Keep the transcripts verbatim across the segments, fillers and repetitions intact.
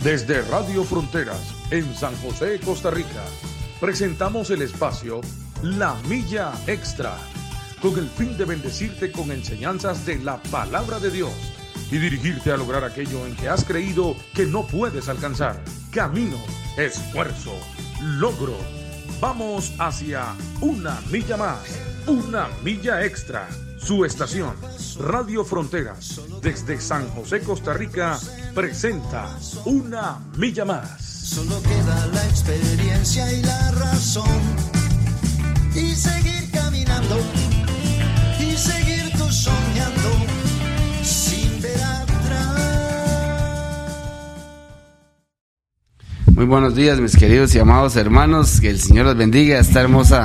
Desde Radio Fronteras, en San José, Costa Rica, presentamos el espacio La Milla Extra, con el fin de bendecirte con enseñanzas de la Palabra de Dios y dirigirte a lograr aquello en que has creído que no puedes alcanzar. Camino, esfuerzo, logro. Vamos hacia una milla más, una milla extra. Su estación, Radio Fronteras, desde San José, Costa Rica, presenta Una Milla Más. Solo queda la experiencia y la razón, y seguir caminando, y seguir tú soñando, sin ver atrás. Muy buenos días, mis queridos y amados hermanos, que el Señor los bendiga esta hermosa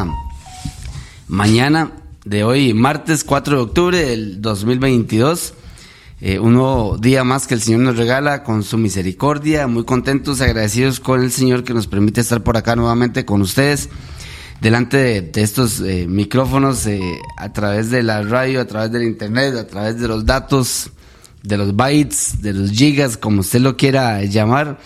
mañana de hoy, martes cuatro de octubre del dos mil veintidós, eh, un nuevo día más que el Señor nos regala con su misericordia. Muy contentos, agradecidos con el Señor que nos permite estar por acá nuevamente con ustedes, delante de, de estos eh, micrófonos, eh, a través de la radio, a través del internet, a través de los datos, de los bytes, de los gigas, como usted lo quiera llamar,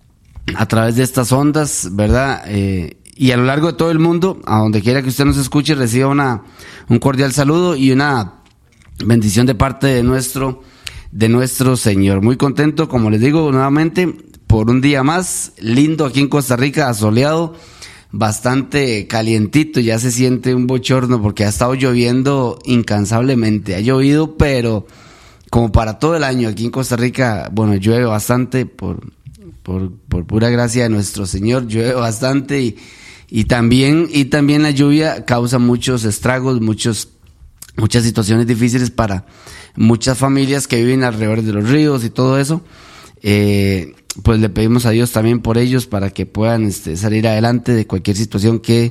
a través de estas ondas, ¿verdad? Eh, y a lo largo de todo el mundo, a donde quiera que usted nos escuche, reciba una, un cordial saludo y una bendición de parte de nuestro, de nuestro Señor. Muy contento, como les digo nuevamente, por un día más, lindo aquí en Costa Rica, asoleado, bastante calientito, ya se siente un bochorno porque ha estado lloviendo incansablemente, ha llovido, pero como para todo el año aquí en Costa Rica, bueno, llueve bastante por, por, por pura gracia de nuestro Señor, llueve bastante y Y también, y también la lluvia causa muchos estragos, muchos, muchas situaciones difíciles para muchas familias que viven alrededor de los ríos y todo eso. Eh, pues le pedimos a Dios también por ellos para que puedan este, salir adelante de cualquier situación que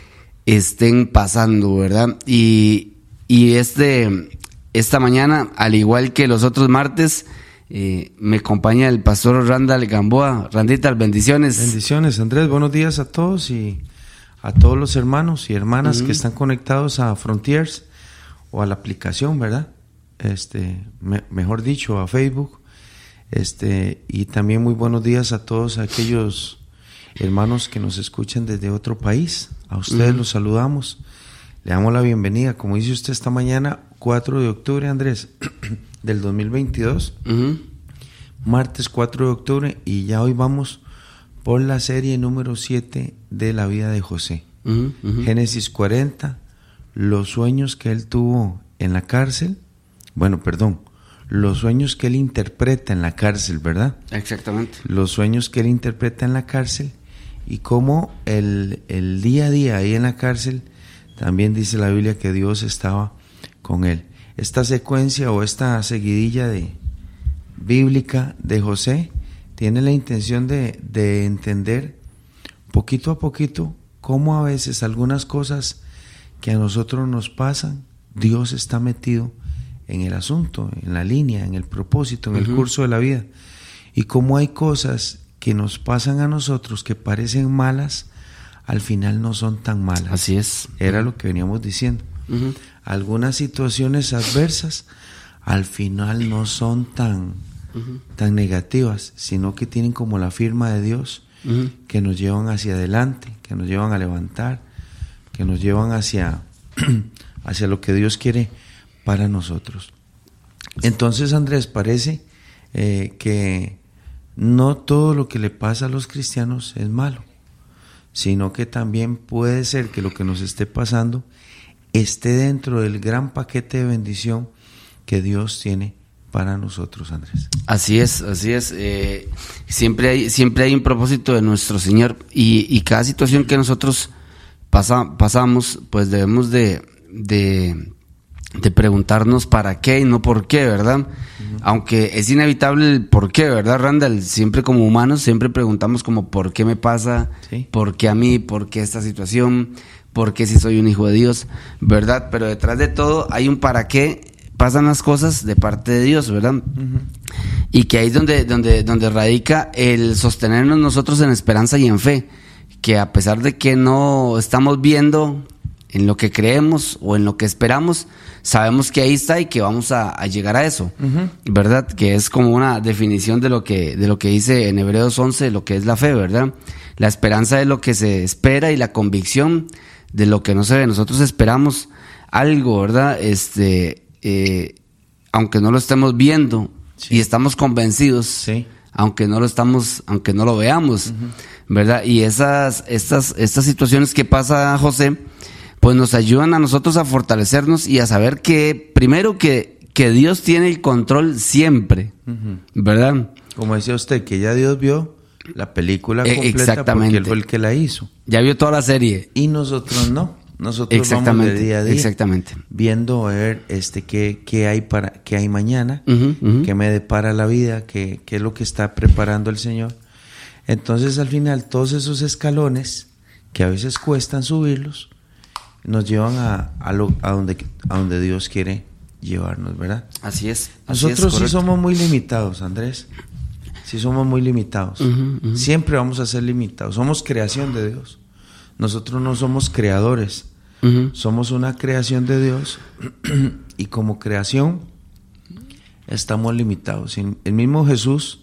estén pasando, ¿verdad? Y, y este, esta mañana, al igual que los otros martes, Eh, me acompaña el pastor Randall Gamboa. Randita, bendiciones. Bendiciones, Andrés, buenos días a todos y a todos los hermanos y hermanas uh-huh. que están conectados a Frontiers o a la aplicación, ¿verdad? Este, me, mejor dicho, a Facebook. Este, y también muy buenos días a todos aquellos hermanos que nos escuchan desde otro país. A ustedes uh-huh. los saludamos. Le damos la bienvenida, como dice usted esta mañana, cuatro de octubre, Andrés, del dos mil veintidós, uh-huh. martes cuatro de octubre, y ya hoy vamos por la serie número siete de la vida de José. Uh-huh, uh-huh. Génesis cuarenta, los sueños que él tuvo en la cárcel, bueno, perdón, los sueños que él interpreta en la cárcel, ¿verdad? Exactamente. Los sueños que él interpreta en la cárcel y cómo el, el día a día ahí en la cárcel, también dice la Biblia que Dios estaba con él. Esta secuencia o esta seguidilla de bíblica de José tiene la intención de, de entender poquito a poquito cómo a veces algunas cosas que a nosotros nos pasan, Dios está metido en el asunto, en la línea, en el propósito, en uh-huh. el curso de la vida, y cómo hay cosas que nos pasan a nosotros que parecen malas, al final no son tan malas. Así es. Era lo que veníamos diciendo. Uh-huh. Algunas situaciones adversas al final no son tan, uh-huh. tan negativas, sino que tienen como la firma de Dios, uh-huh. que nos llevan hacia adelante, que nos llevan a levantar, que nos llevan hacia, hacia lo que Dios quiere para nosotros. Entonces, Andrés, parece eh, que no todo lo que le pasa a los cristianos es malo, sino que también puede ser que lo que nos esté pasando esté dentro del gran paquete de bendición que Dios tiene para nosotros, Andrés. Así es, así es. Eh, siempre hay, siempre hay un propósito de nuestro Señor, y, y cada situación que nosotros pasa, pasamos, pues debemos de, de, de preguntarnos para qué y no por qué, ¿verdad? Uh-huh. Aunque es inevitable el por qué, ¿verdad, Randall? Siempre como humanos, siempre preguntamos como por qué me pasa, ¿sí? ¿Por qué a mí? ¿Por qué esta situación? ¿Por qué si soy un hijo de Dios? ¿Verdad? Pero detrás de todo hay un para qué pasan las cosas de parte de Dios, ¿verdad? Uh-huh. Y que ahí es donde, donde, donde radica el sostenernos nosotros en esperanza y en fe, que a pesar de que no estamos viendo en lo que creemos o en lo que esperamos, sabemos que ahí está y que vamos a, a llegar a eso, uh-huh. ¿verdad? Que es como una definición de lo que de lo que dice en Hebreos once, lo que es la fe, ¿verdad? La esperanza es lo que se espera y la convicción de lo que no se ve. Nosotros esperamos algo, ¿verdad? Este, eh, aunque no lo estemos viendo, sí. y estamos convencidos, sí. aunque no lo estamos, aunque no lo veamos, uh-huh. ¿verdad? Y esas, estas, estas situaciones que pasa José, pues nos ayudan a nosotros a fortalecernos y a saber que, primero que, que Dios tiene el control siempre, uh-huh. ¿verdad? Como decía usted, que ya Dios vio la película completa, exactamente. Porque él fue el que la hizo. Ya vio toda la serie. Y nosotros no. Nosotros vamos de día a día. Exactamente. Viendo a ver este, qué, qué hay para, qué hay mañana, uh-huh, uh-huh. qué me depara la vida, qué, qué es lo que está preparando el Señor. Entonces, al final, todos esos escalones, que a veces cuestan subirlos, nos llevan a, a, lo, a, donde, a donde Dios quiere llevarnos, ¿verdad? Así es. Así Nosotros es, sí somos muy limitados, Andrés. Sí somos muy limitados. Uh-huh, uh-huh. Siempre vamos a ser limitados. Somos creación de Dios. Nosotros no somos creadores. Uh-huh. Somos una creación de Dios y como creación estamos limitados. El mismo Jesús,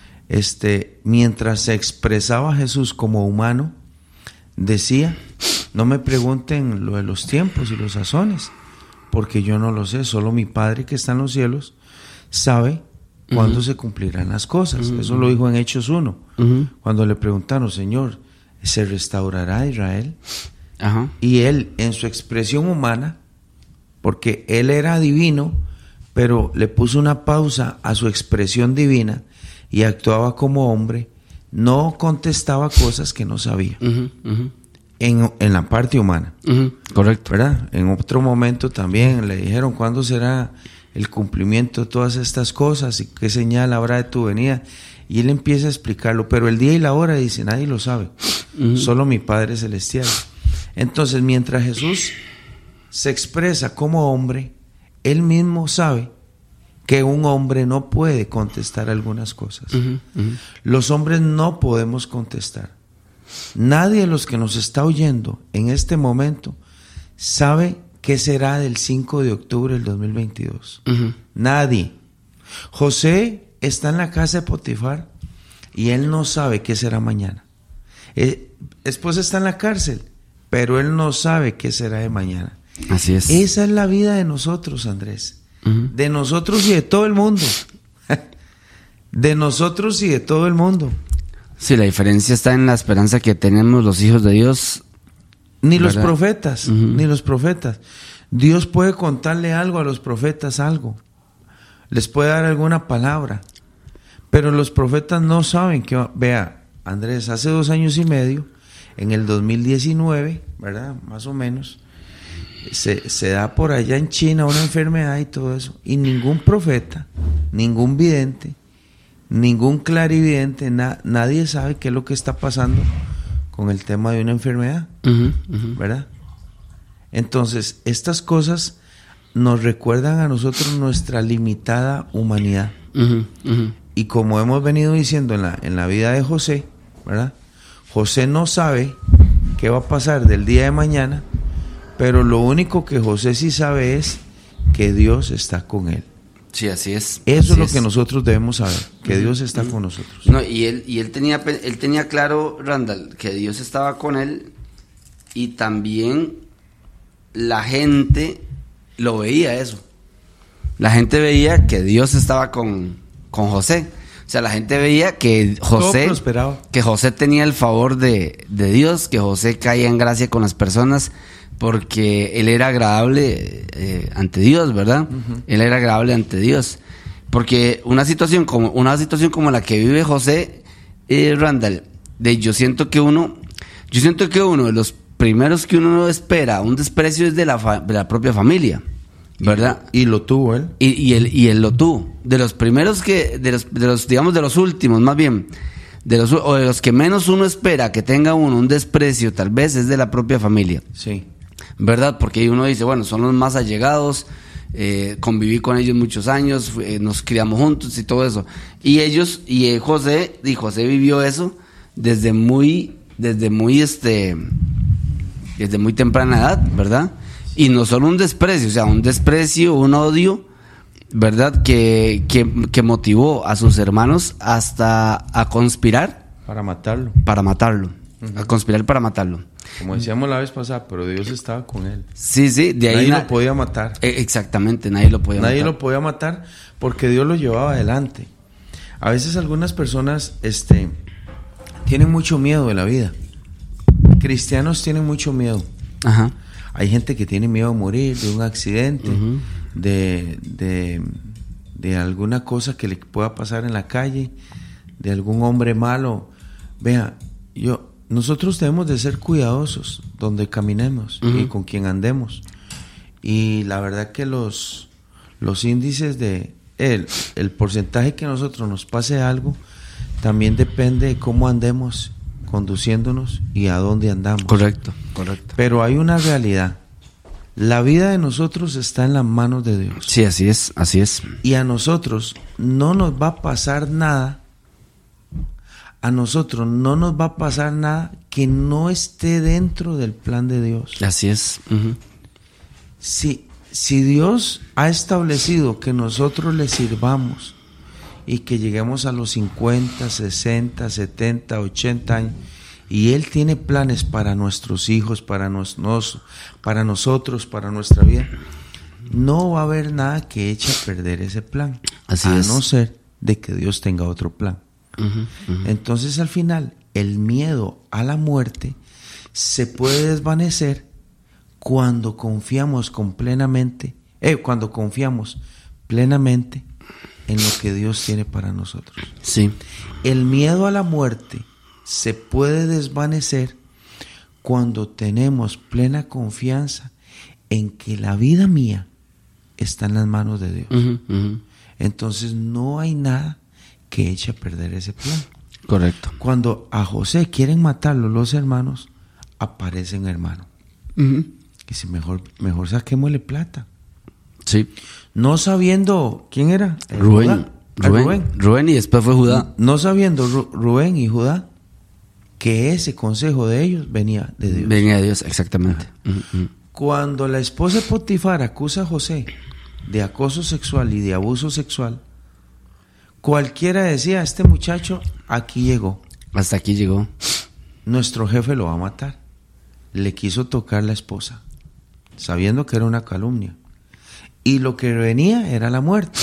este, mientras se expresaba Jesús como humano, decía: no me pregunten lo de los tiempos y los sazones, porque yo no lo sé. Solo mi Padre que está en los cielos sabe cuándo uh-huh. se cumplirán las cosas. Uh-huh. Eso lo dijo en Hechos uno, uh-huh. cuando le preguntaron: Señor, ¿se restaurará Israel? Ajá. Y él, en su expresión humana, porque él era divino, pero le puso una pausa a su expresión divina y actuaba como hombre, no contestaba cosas que no sabía. Uh-huh, uh-huh. En, en la parte humana. Uh-huh. Correcto. ¿Verdad? En otro momento también le dijeron: ¿cuándo será el cumplimiento de todas estas cosas y qué señal habrá de tu venida? Y él empieza a explicarlo, pero el día y la hora, dice, nadie lo sabe, uh-huh. solo mi Padre Celestial. Entonces, mientras Jesús se expresa como hombre, él mismo sabe que un hombre no puede contestar algunas cosas. Uh-huh, uh-huh. Los hombres no podemos contestar. Nadie de los que nos está oyendo en este momento sabe qué será del cinco de octubre del dos mil veintidós. Uh-huh. Nadie. José está en la casa de Potifar y él no sabe qué será mañana. Eh, esposa está en la cárcel, pero él no sabe qué será de mañana. Así es. Esa es la vida de nosotros, Andrés. Uh-huh. De nosotros y de todo el mundo. De nosotros y de todo el mundo. Sí, la diferencia está en la esperanza que tenemos los hijos de Dios. Ni ¿verdad? Los profetas, uh-huh. ni los profetas. Dios puede contarle algo a los profetas, algo. Les puede dar alguna palabra. Pero los profetas no saben que... Vea, Andrés, hace dos años y medio, en el dos mil diecinueve, ¿verdad? Más o menos, se, se da por allá en China una enfermedad y todo eso. Y ningún profeta, ningún vidente, ningún clarividente, na, nadie sabe qué es lo que está pasando con el tema de una enfermedad, uh-huh, uh-huh. ¿verdad? Entonces, estas cosas nos recuerdan a nosotros nuestra limitada humanidad. Uh-huh, uh-huh. Y como hemos venido diciendo en la, en la vida de José, ¿verdad? José no sabe qué va a pasar del día de mañana, pero lo único que José sí sabe es que Dios está con él. Sí, así es. Eso así es lo es. que nosotros debemos saber, que uh-huh. Dios está uh-huh. con nosotros. No, y él, y él tenía, él tenía claro, Randall, que Dios estaba con él, y también la gente lo veía eso. La gente veía que Dios estaba con, con José. O sea, la gente veía que José, que José tenía el favor de, de Dios, que José caía en gracia con las personas, porque él era agradable eh, ante Dios, ¿verdad? Uh-huh. Él era agradable ante Dios. Porque una situación como, una situación como la que vive José, eh, Randall, de, yo siento que uno, yo siento que uno de los primeros que uno no espera un desprecio es de la, fa, de la propia familia, ¿verdad? Y, y lo tuvo él. Y, y él y él lo tuvo. De los primeros que, de los, de los, digamos, de los últimos, más bien, de los, o de los que menos uno espera que tenga uno un desprecio, tal vez, es de la propia familia. Sí. ¿Verdad? Porque uno dice, bueno, son los más allegados, eh, conviví con ellos muchos años, eh, nos criamos juntos y todo eso. Y ellos, y eh, José, y José vivió eso desde muy, desde muy, este, desde muy temprana edad, ¿verdad? Y no solo un desprecio, o sea, un desprecio, un odio, ¿verdad? Que, que, que motivó a sus hermanos hasta a conspirar. Para matarlo. Para matarlo. Uh-huh. A conspirar para matarlo. Como decíamos la vez pasada, pero Dios estaba con él. Sí, sí, de ahí nadie na- lo podía matar. Eh, exactamente, nadie lo podía nadie matar. Nadie lo podía matar porque Dios lo llevaba adelante. A veces algunas personas este, tienen mucho miedo de la vida. Cristianos tienen mucho miedo. Ajá. Hay gente que tiene miedo a morir, de un accidente, uh-huh. de, de, de alguna cosa que le pueda pasar en la calle, de algún hombre malo. Vea, yo, nosotros debemos de ser cuidadosos donde caminemos uh-huh. y con quien andemos. Y la verdad que los, los índices de el, el porcentaje que a nosotros nos pase algo también depende de cómo andemos conduciéndonos y a dónde andamos. Correcto, correcto. Pero hay una realidad. La vida de nosotros está en las manos de Dios. Sí, así es, así es. Y a nosotros no nos va a pasar nada, a nosotros no nos va a pasar nada que no esté dentro del plan de Dios. Así es. Uh-huh. Si, si Dios ha establecido que nosotros le sirvamos y que lleguemos a los cincuenta, sesenta, setenta, ochenta años, y Él tiene planes para nuestros hijos, para, nos, nos, para nosotros, para nuestra vida, no va a haber nada que eche a perder ese plan. Así a es. no ser de que Dios tenga otro plan. Uh-huh, uh-huh. Entonces al final el miedo a la muerte se puede desvanecer cuando confiamos con plenamente, eh, cuando confiamos plenamente en lo que Dios tiene para nosotros. Sí. El miedo a la muerte se puede desvanecer cuando tenemos plena confianza en que la vida mía está en las manos de Dios. Uh-huh, uh-huh. Entonces no hay nada que eche a perder ese plan. Correcto. Cuando a José quieren matarlo los hermanos, aparece un hermano. Uh-huh. Dice, mejor, mejor saquémosle plata. Sí. No sabiendo quién era. Rubén. Rubén. Rubén. Rubén y después fue Judá. No, no sabiendo Ru- Rubén y Judá que ese consejo de ellos venía de Dios. Venía de Dios, exactamente. Uh-huh. Cuando la esposa de Potifar acusa a José de acoso sexual y de abuso sexual, cualquiera decía, este muchacho aquí llegó. Hasta aquí llegó. Nuestro jefe lo va a matar. Le quiso tocar la esposa, sabiendo que era una calumnia. Y lo que venía era la muerte.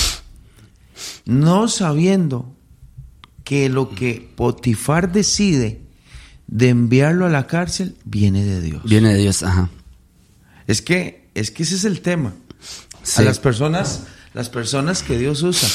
No sabiendo que lo que Potifar decide de enviarlo a la cárcel viene de Dios. Viene de Dios, ajá. Es que, es que ese es el tema. Sí. A las personas, las personas que Dios usa,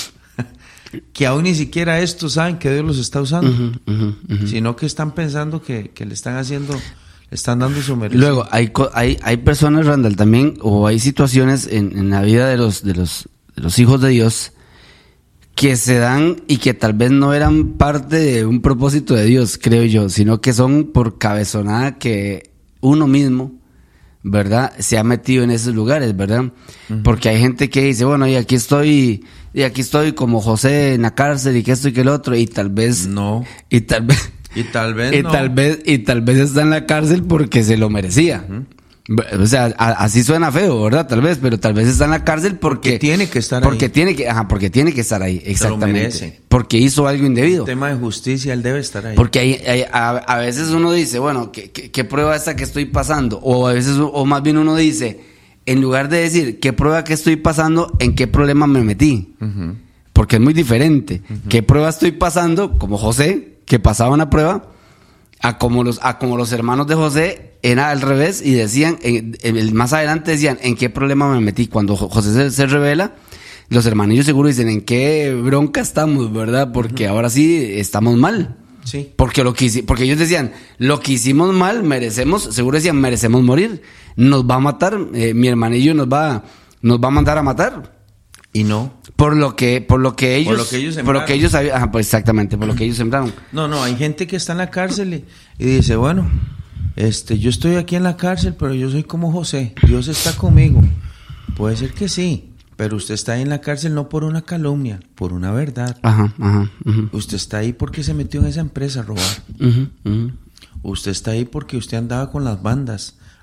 que aún ni siquiera esto saben que Dios los está usando, uh-huh, uh-huh, uh-huh. sino que están pensando que, que le están haciendo, le están dando su merecido. Luego, hay, hay, hay personas, Randall, también, o hay situaciones en, en la vida de los, de los, de los hijos de Dios que se dan y que tal vez no eran parte de un propósito de Dios, creo yo, sino que son por cabezonada que uno mismo, ¿verdad?, se ha metido en esos lugares, ¿verdad? Uh-huh. Porque hay gente que dice, bueno, y aquí estoy, y aquí estoy como José en la cárcel y que esto y que el otro, y tal vez no, y tal vez y tal vez y no. tal vez y tal vez está en la cárcel porque se lo merecía. Uh-huh. O sea, a, así suena feo, ¿verdad? Tal vez, pero tal vez está en la cárcel porque, porque tiene que estar porque ahí. Tiene que, ajá, porque tiene que estar ahí, exactamente. Se lo merece. Porque hizo algo indebido. Un tema de justicia, él debe estar ahí. Porque hay, hay, a, a veces uno dice, bueno, ¿qué, qué, qué prueba esta que estoy pasando? O a veces, o más bien uno dice, en lugar de decir, ¿qué prueba que estoy pasando? ¿En qué problema me metí? Uh-huh. Porque es muy diferente. Uh-huh. ¿Qué prueba estoy pasando? Como José, que pasaba una prueba, a como los, a como los hermanos de José era al revés y decían, en, en, más adelante decían, ¿en qué problema me metí? Cuando José se, se revela, los hermanillos seguro dicen, ¿en qué bronca estamos, verdad? Porque uh-huh. ahora sí estamos mal. Sí. Porque lo que porque ellos decían, lo que hicimos mal, merecemos, seguro decían, merecemos morir. Nos va a matar, eh, mi hermanillo nos va, nos va a mandar a matar. Y no. Por lo que, por lo que ellos, por lo que ellos por lo que ellos sabían, ajá, pues exactamente, por lo que ellos sembraron. No, no, hay gente que está en la cárcel y, y dice, bueno, este, yo estoy aquí en la cárcel, pero yo soy como José, Dios está conmigo. Puede ser que sí, pero usted está ahí en la cárcel no por una calumnia, por una verdad. Ajá, ajá. Uh-huh. Usted está ahí porque se metió en esa empresa a robar. Uh-huh, uh-huh. Usted está ahí porque usted andaba con las bandas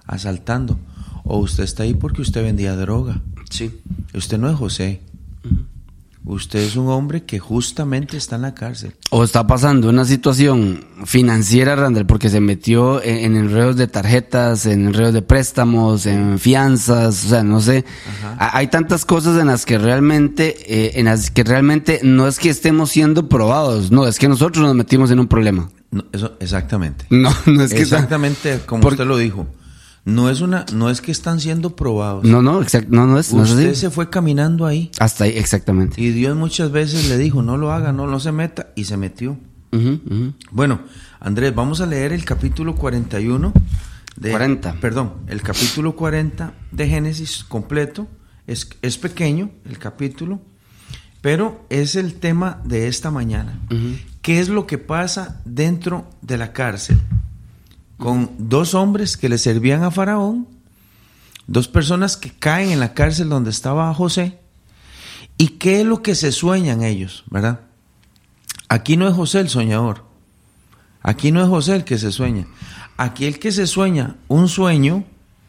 asaltando. O usted está ahí porque usted vendía droga. Sí. Usted no es José. Uh-huh. Usted es un hombre que justamente está en la cárcel. O está pasando una situación financiera, Randall, porque se metió en, en enredos de tarjetas, en enredos de préstamos, en fianzas, o sea, no sé. Ajá. Hay tantas cosas en las que realmente, eh, en las que realmente no es que estemos siendo probados, no, es que nosotros nos metimos en un problema. No, eso, exactamente. No, no es que exactamente está, como por, usted lo dijo. No es una, no es que están siendo probados. No, no, exact, no, no es. Usted no es se fue caminando ahí. Hasta ahí, exactamente. Y Dios muchas veces le dijo, no lo haga, no, no se meta, y se metió. Uh-huh, uh-huh. Bueno, Andrés, vamos a leer el capítulo cuarenta y uno de, cuarenta. Perdón, el capítulo cuarenta de Génesis completo. Es, es pequeño el capítulo, pero es el tema de esta mañana. Uh-huh. ¿Qué es lo que pasa dentro de la cárcel? Con dos hombres que le servían a Faraón, dos personas que caen en la cárcel donde estaba José, y qué es lo que se sueñan ellos, ¿verdad? Aquí no es José el soñador, aquí no es José el que se sueña, aquí el que se sueña un sueño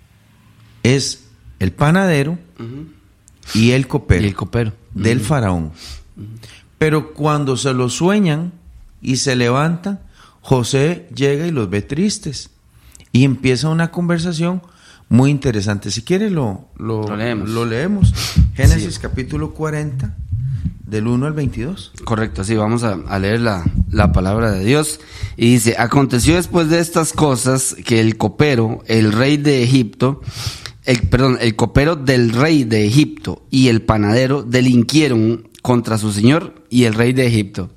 es el panadero uh-huh. y el copero, y el copero. del uh-huh. Faraón. Uh-huh. Pero cuando se lo sueñan y se levantan, José llega y los ve tristes y empieza una conversación muy interesante. Si quiere lo, lo, lo leemos. Lo leemos. Génesis sí. capítulo cuarenta, del uno al veintidós. Correcto, sí, vamos a, a leer la, la palabra de Dios. Y dice, aconteció después de estas cosas que el copero, el rey de Egipto, el, perdón, el copero del rey de Egipto y el panadero delinquieron contra su señor y el rey de Egipto.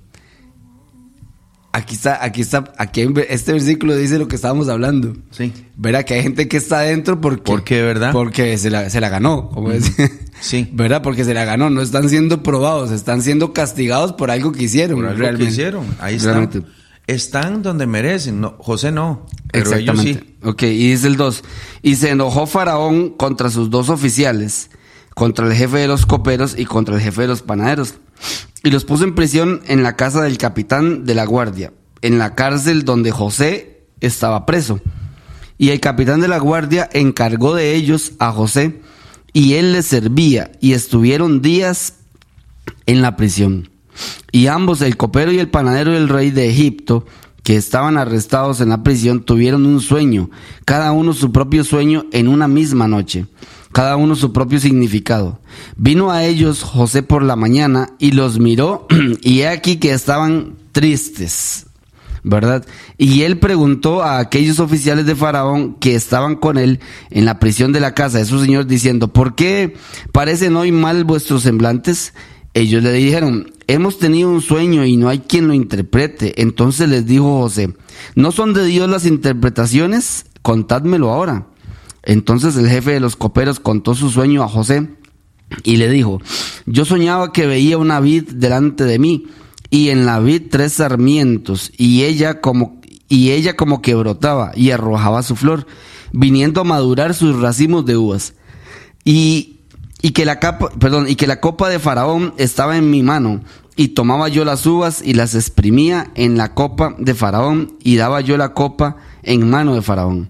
Aquí está, aquí está, aquí este versículo dice lo que estábamos hablando. Sí. Verá que hay gente que está adentro porque, ¿por qué, verdad? Porque se la, se la ganó, como mm. decía. Sí. ¿Verdad? Porque se la ganó, no están siendo probados, están siendo castigados por algo que hicieron. Por algo realmente. que hicieron, ahí están. Realmente. Están donde merecen, no, José no, pero exactamente. Ellos sí. Ok, y dice el dos, y se enojó Faraón contra sus dos oficiales, contra el jefe de los coperos y contra el jefe de los panaderos. Y los puso en prisión en la casa del capitán de la guardia, en la cárcel donde José estaba preso. Y el capitán de la guardia encargó de ellos a José, y él les servía, y estuvieron días en la prisión. Y ambos, el copero y el panadero del rey de Egipto, que estaban arrestados en la prisión, tuvieron un sueño, cada uno su propio sueño en una misma noche, cada uno su propio significado. Vino a ellos José por la mañana y los miró, y he aquí que estaban tristes, ¿verdad? Y él preguntó a aquellos oficiales de Faraón que estaban con él en la prisión de la casa de su señor, diciendo, ¿por qué parecen hoy mal vuestros semblantes? Ellos le dijeron, hemos tenido un sueño y no hay quien lo interprete. Entonces les dijo José, ¿no son de Dios las interpretaciones? Contádmelo ahora. Entonces el jefe de los coperos contó su sueño a José y le dijo, yo soñaba que veía una vid delante de mí y en la vid tres sarmientos y ella como, y ella como que brotaba y arrojaba su flor, viniendo a madurar sus racimos de uvas. Y Y que la capa, perdón, y que la copa de Faraón estaba en mi mano, y tomaba yo las uvas y las exprimía en la copa de Faraón, y daba yo la copa en mano de Faraón.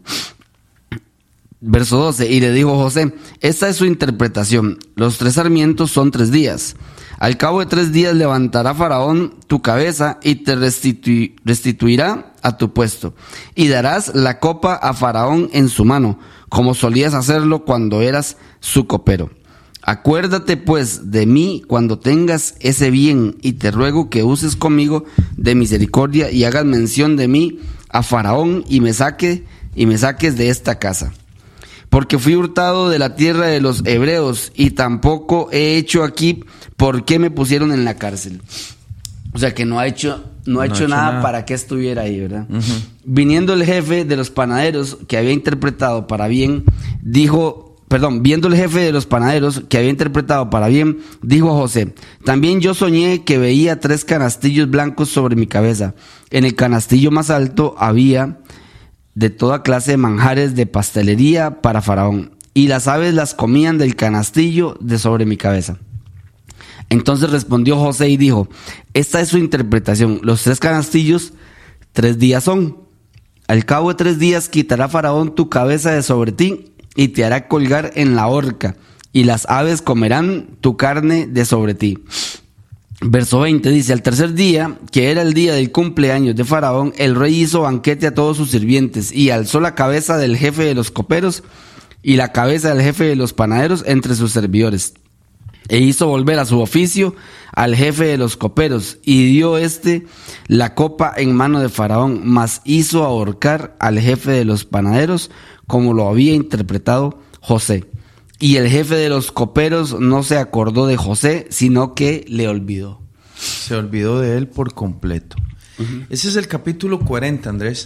Verso doce, y le dijo José, esta es su interpretación, los tres sarmientos son tres días. Al cabo de tres días levantará Faraón tu cabeza y te restitu- restituirá a tu puesto, y darás la copa a Faraón en su mano, como solías hacerlo cuando eras su copero. Acuérdate pues de mí cuando tengas ese bien, y te ruego que uses conmigo de misericordia y hagas mención de mí a Faraón y me saque y me saques de esta casa. Porque fui hurtado de la tierra de los hebreos y tampoco he hecho aquí por qué me pusieron en la cárcel. O sea que no ha hecho no ha no hecho, hecho nada, nada para que estuviera ahí, ¿verdad? Uh-huh. Viniendo el jefe de los panaderos que había interpretado para bien, dijo Perdón, viendo el jefe de los panaderos que había interpretado para bien, dijo a José, también yo soñé que veía tres canastillos blancos sobre mi cabeza. En el canastillo más alto había de toda clase de manjares de pastelería para Faraón, y las aves las comían del canastillo de sobre mi cabeza. Entonces respondió José y dijo, esta es su interpretación, los tres canastillos, tres días son. Al cabo de tres días quitará Faraón tu cabeza de sobre ti y te hará colgar en la horca, y las aves comerán tu carne de sobre ti. Verso veinte dice: al tercer día, que era el día del cumpleaños de Faraón, el rey hizo banquete a todos sus sirvientes, y alzó la cabeza del jefe de los coperos y la cabeza del jefe de los panaderos entre sus servidores. E hizo volver a su oficio al jefe de los coperos, y dio éste la copa en mano de Faraón, mas hizo ahorcar al jefe de los panaderos, como lo había interpretado José. Y el jefe de los coperos no se acordó de José, sino que le olvidó. Se olvidó de él por completo. Uh-huh. Ese es el capítulo cuarenta, Andrés.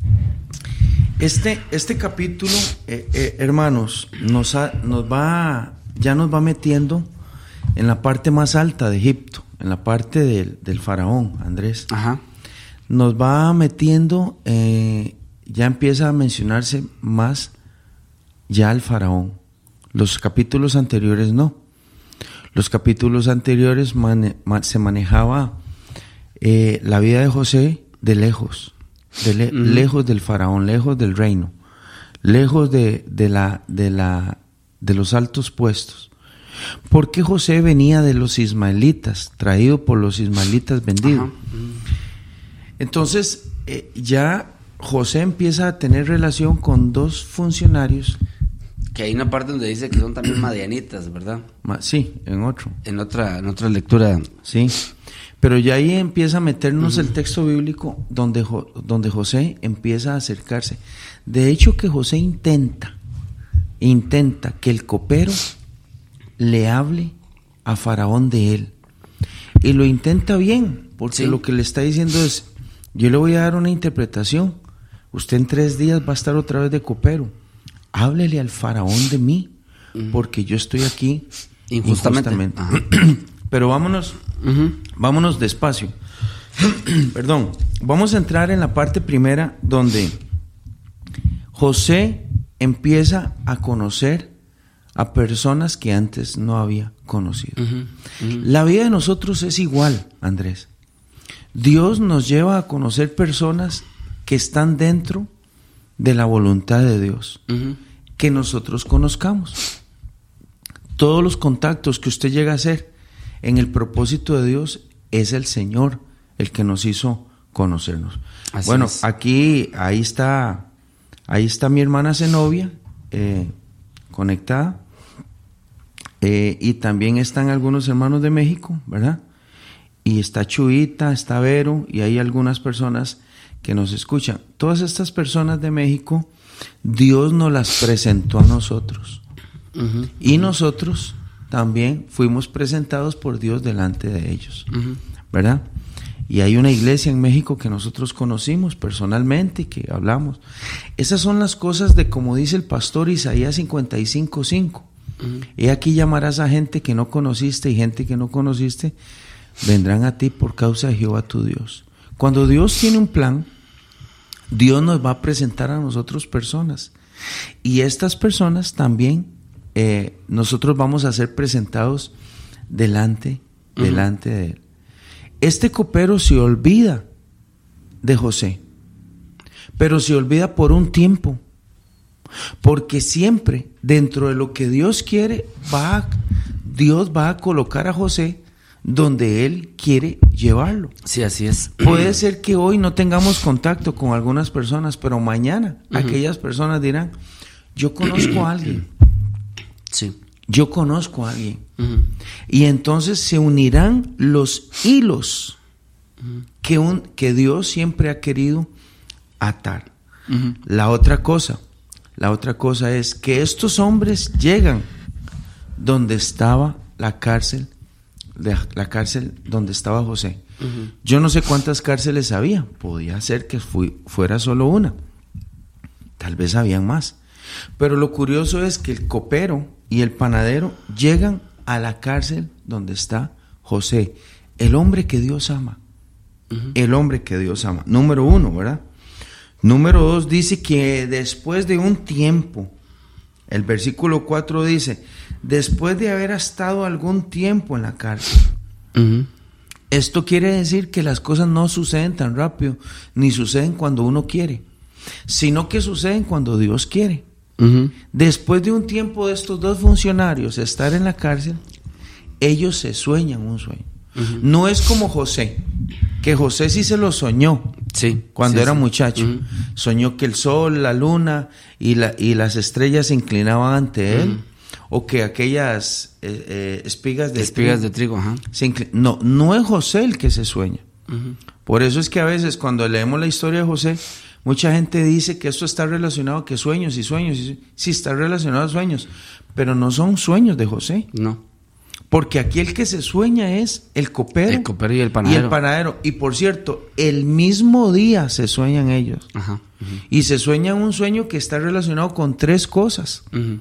Este, este capítulo, eh, eh, hermanos, nos, ha, nos va, ya nos va metiendo en la parte más alta de Egipto, en la parte del, del faraón, Andrés. Ajá. Nos va metiendo, eh, ya empieza a mencionarse más ya el faraón. Los capítulos anteriores no. Los capítulos anteriores mane, man, se manejaba eh, la vida de José de lejos, de le, uh-huh. lejos del faraón, lejos del reino, lejos de, de, la, de, la, de los altos puestos. Porque José venía de los ismaelitas, traído por los ismaelitas vendidos. Uh-huh. Entonces, eh, ya José empieza a tener relación con dos funcionarios. Que hay una parte donde dice que son también madianitas, ¿verdad? Sí, en otro. En otra, en otra lectura. Sí, pero ya ahí empieza a meternos uh-huh. el texto bíblico donde, donde José empieza a acercarse. De hecho, que José intenta, intenta que el copero le hable a Faraón de él. Y lo intenta bien, porque sí. lo que le está diciendo es: yo le voy a dar una interpretación. Usted en tres días va a estar otra vez de copero. Háblele al faraón de mí, porque yo estoy aquí injustamente. injustamente. Pero vámonos, uh-huh. vámonos despacio. Perdón, vamos a entrar en la parte primera donde José empieza a conocer a personas que antes no había conocido. Uh-huh. Uh-huh. La vida de nosotros es igual, Andrés. Dios nos lleva a conocer personas que están dentro de la voluntad de Dios, uh-huh. que nosotros conozcamos. Todos los contactos que usted llega a hacer en el propósito de Dios, es el Señor el que nos hizo conocernos. Así bueno, es. Aquí, ahí está, ahí está mi hermana Zenobia, eh, conectada, eh, y también están algunos hermanos de México, ¿verdad? Y está Chuita, está Vero, y hay algunas personas que nos escuchan. Todas estas personas de México, Dios nos las presentó a nosotros. Uh-huh. Y nosotros también fuimos presentados por Dios delante de ellos. Uh-huh. ¿Verdad? Y hay una iglesia en México que nosotros conocimos personalmente y que hablamos. Esas son las cosas de, como dice el pastor Isaías cincuenta y cinco cinco. Uh-huh. He aquí llamarás a gente que no conociste, y gente que no conociste vendrán a ti por causa de Jehová tu Dios. Cuando Dios tiene un plan, Dios nos va a presentar a nosotros personas, y estas personas también eh, nosotros vamos a ser presentados delante, uh-huh. delante de él. Este copero se olvida de José, pero se olvida por un tiempo, porque siempre dentro de lo que Dios quiere, va a, Dios va a colocar a José donde él quiere llevarlo. Sí, así es. Puede ser que hoy no tengamos contacto con algunas personas, pero mañana uh-huh. aquellas personas dirán: yo conozco a alguien. Sí. Yo conozco a alguien. Uh-huh. Y entonces se unirán los hilos uh-huh. que, un, que Dios siempre ha querido atar. Uh-huh. La otra cosa, la otra cosa es que estos hombres llegan donde estaba la cárcel, de la cárcel donde estaba José. Uh-huh. Yo no sé cuántas cárceles había, podía ser que fui, fuera solo una, tal vez habían más, pero lo curioso es que el copero y el panadero llegan a la cárcel donde está José, el hombre que Dios ama. Uh-huh. El hombre que Dios ama, número uno, ¿verdad? Número dos, dice que después de un tiempo, el versículo cuatro dice: después de haber estado algún tiempo en la cárcel. Uh-huh. Esto quiere decir que las cosas no suceden tan rápido, ni suceden cuando uno quiere. sino que suceden cuando Dios quiere. Uh-huh. Después de un tiempo de estos dos funcionarios estar en la cárcel, ellos se sueñan un sueño. Uh-huh. No es como José, que José sí se lo soñó, sí, cuando sí, era sí. muchacho. Uh-huh. Soñó que el sol, la luna y, la, y las estrellas se inclinaban ante él, uh-huh. o que aquellas eh, eh, espigas de espigas trigo, de trigo ajá. se inclin... No, no es José el que se sueña. Uh-huh. Por eso es que a veces cuando leemos la historia de José, mucha gente dice que esto está relacionado a que sueños y sueños. Y sí, está relacionado a sueños, pero no son sueños de José. No. Porque aquí el que se sueña es el copero, el copero y el panadero. Y el panadero. Y por cierto, el mismo día se sueñan ellos. Ajá. Uh-huh. Y se sueñan un sueño que está relacionado con tres cosas. Uh-huh.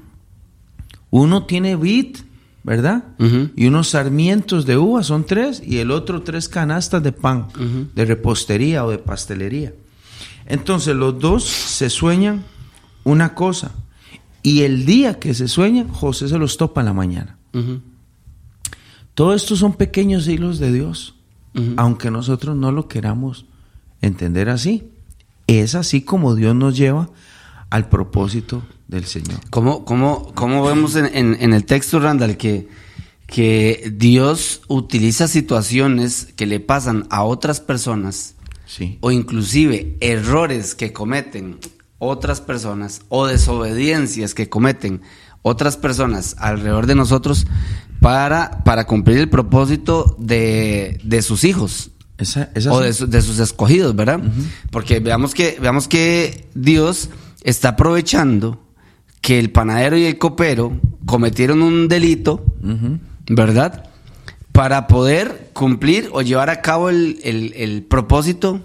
Uno tiene vid, ¿verdad? Uh-huh. Y unos sarmientos de uva, son tres. Y el otro tres canastas de pan, uh-huh. de repostería o de pastelería. Entonces los dos se sueñan una cosa. Y el día que se sueñan, José se los topa en la mañana. Uh-huh. Todo esto son pequeños hilos de Dios, uh-huh. aunque nosotros no lo queramos entender así. Es así como Dios nos lleva al propósito del Señor. ¿Cómo, cómo, cómo vemos en, en, en el texto, Randall, que, que Dios utiliza situaciones que le pasan a otras personas, sí. o inclusive errores que cometen otras personas o desobediencias que cometen otras personas alrededor de nosotros para, para cumplir el propósito de, de sus hijos esa, esa o de, su, de sus escogidos, ¿verdad? Uh-huh. Porque veamos que, veamos que Dios está aprovechando que el panadero y el copero cometieron un delito, uh-huh. ¿verdad? Para poder cumplir o llevar a cabo el, el, el propósito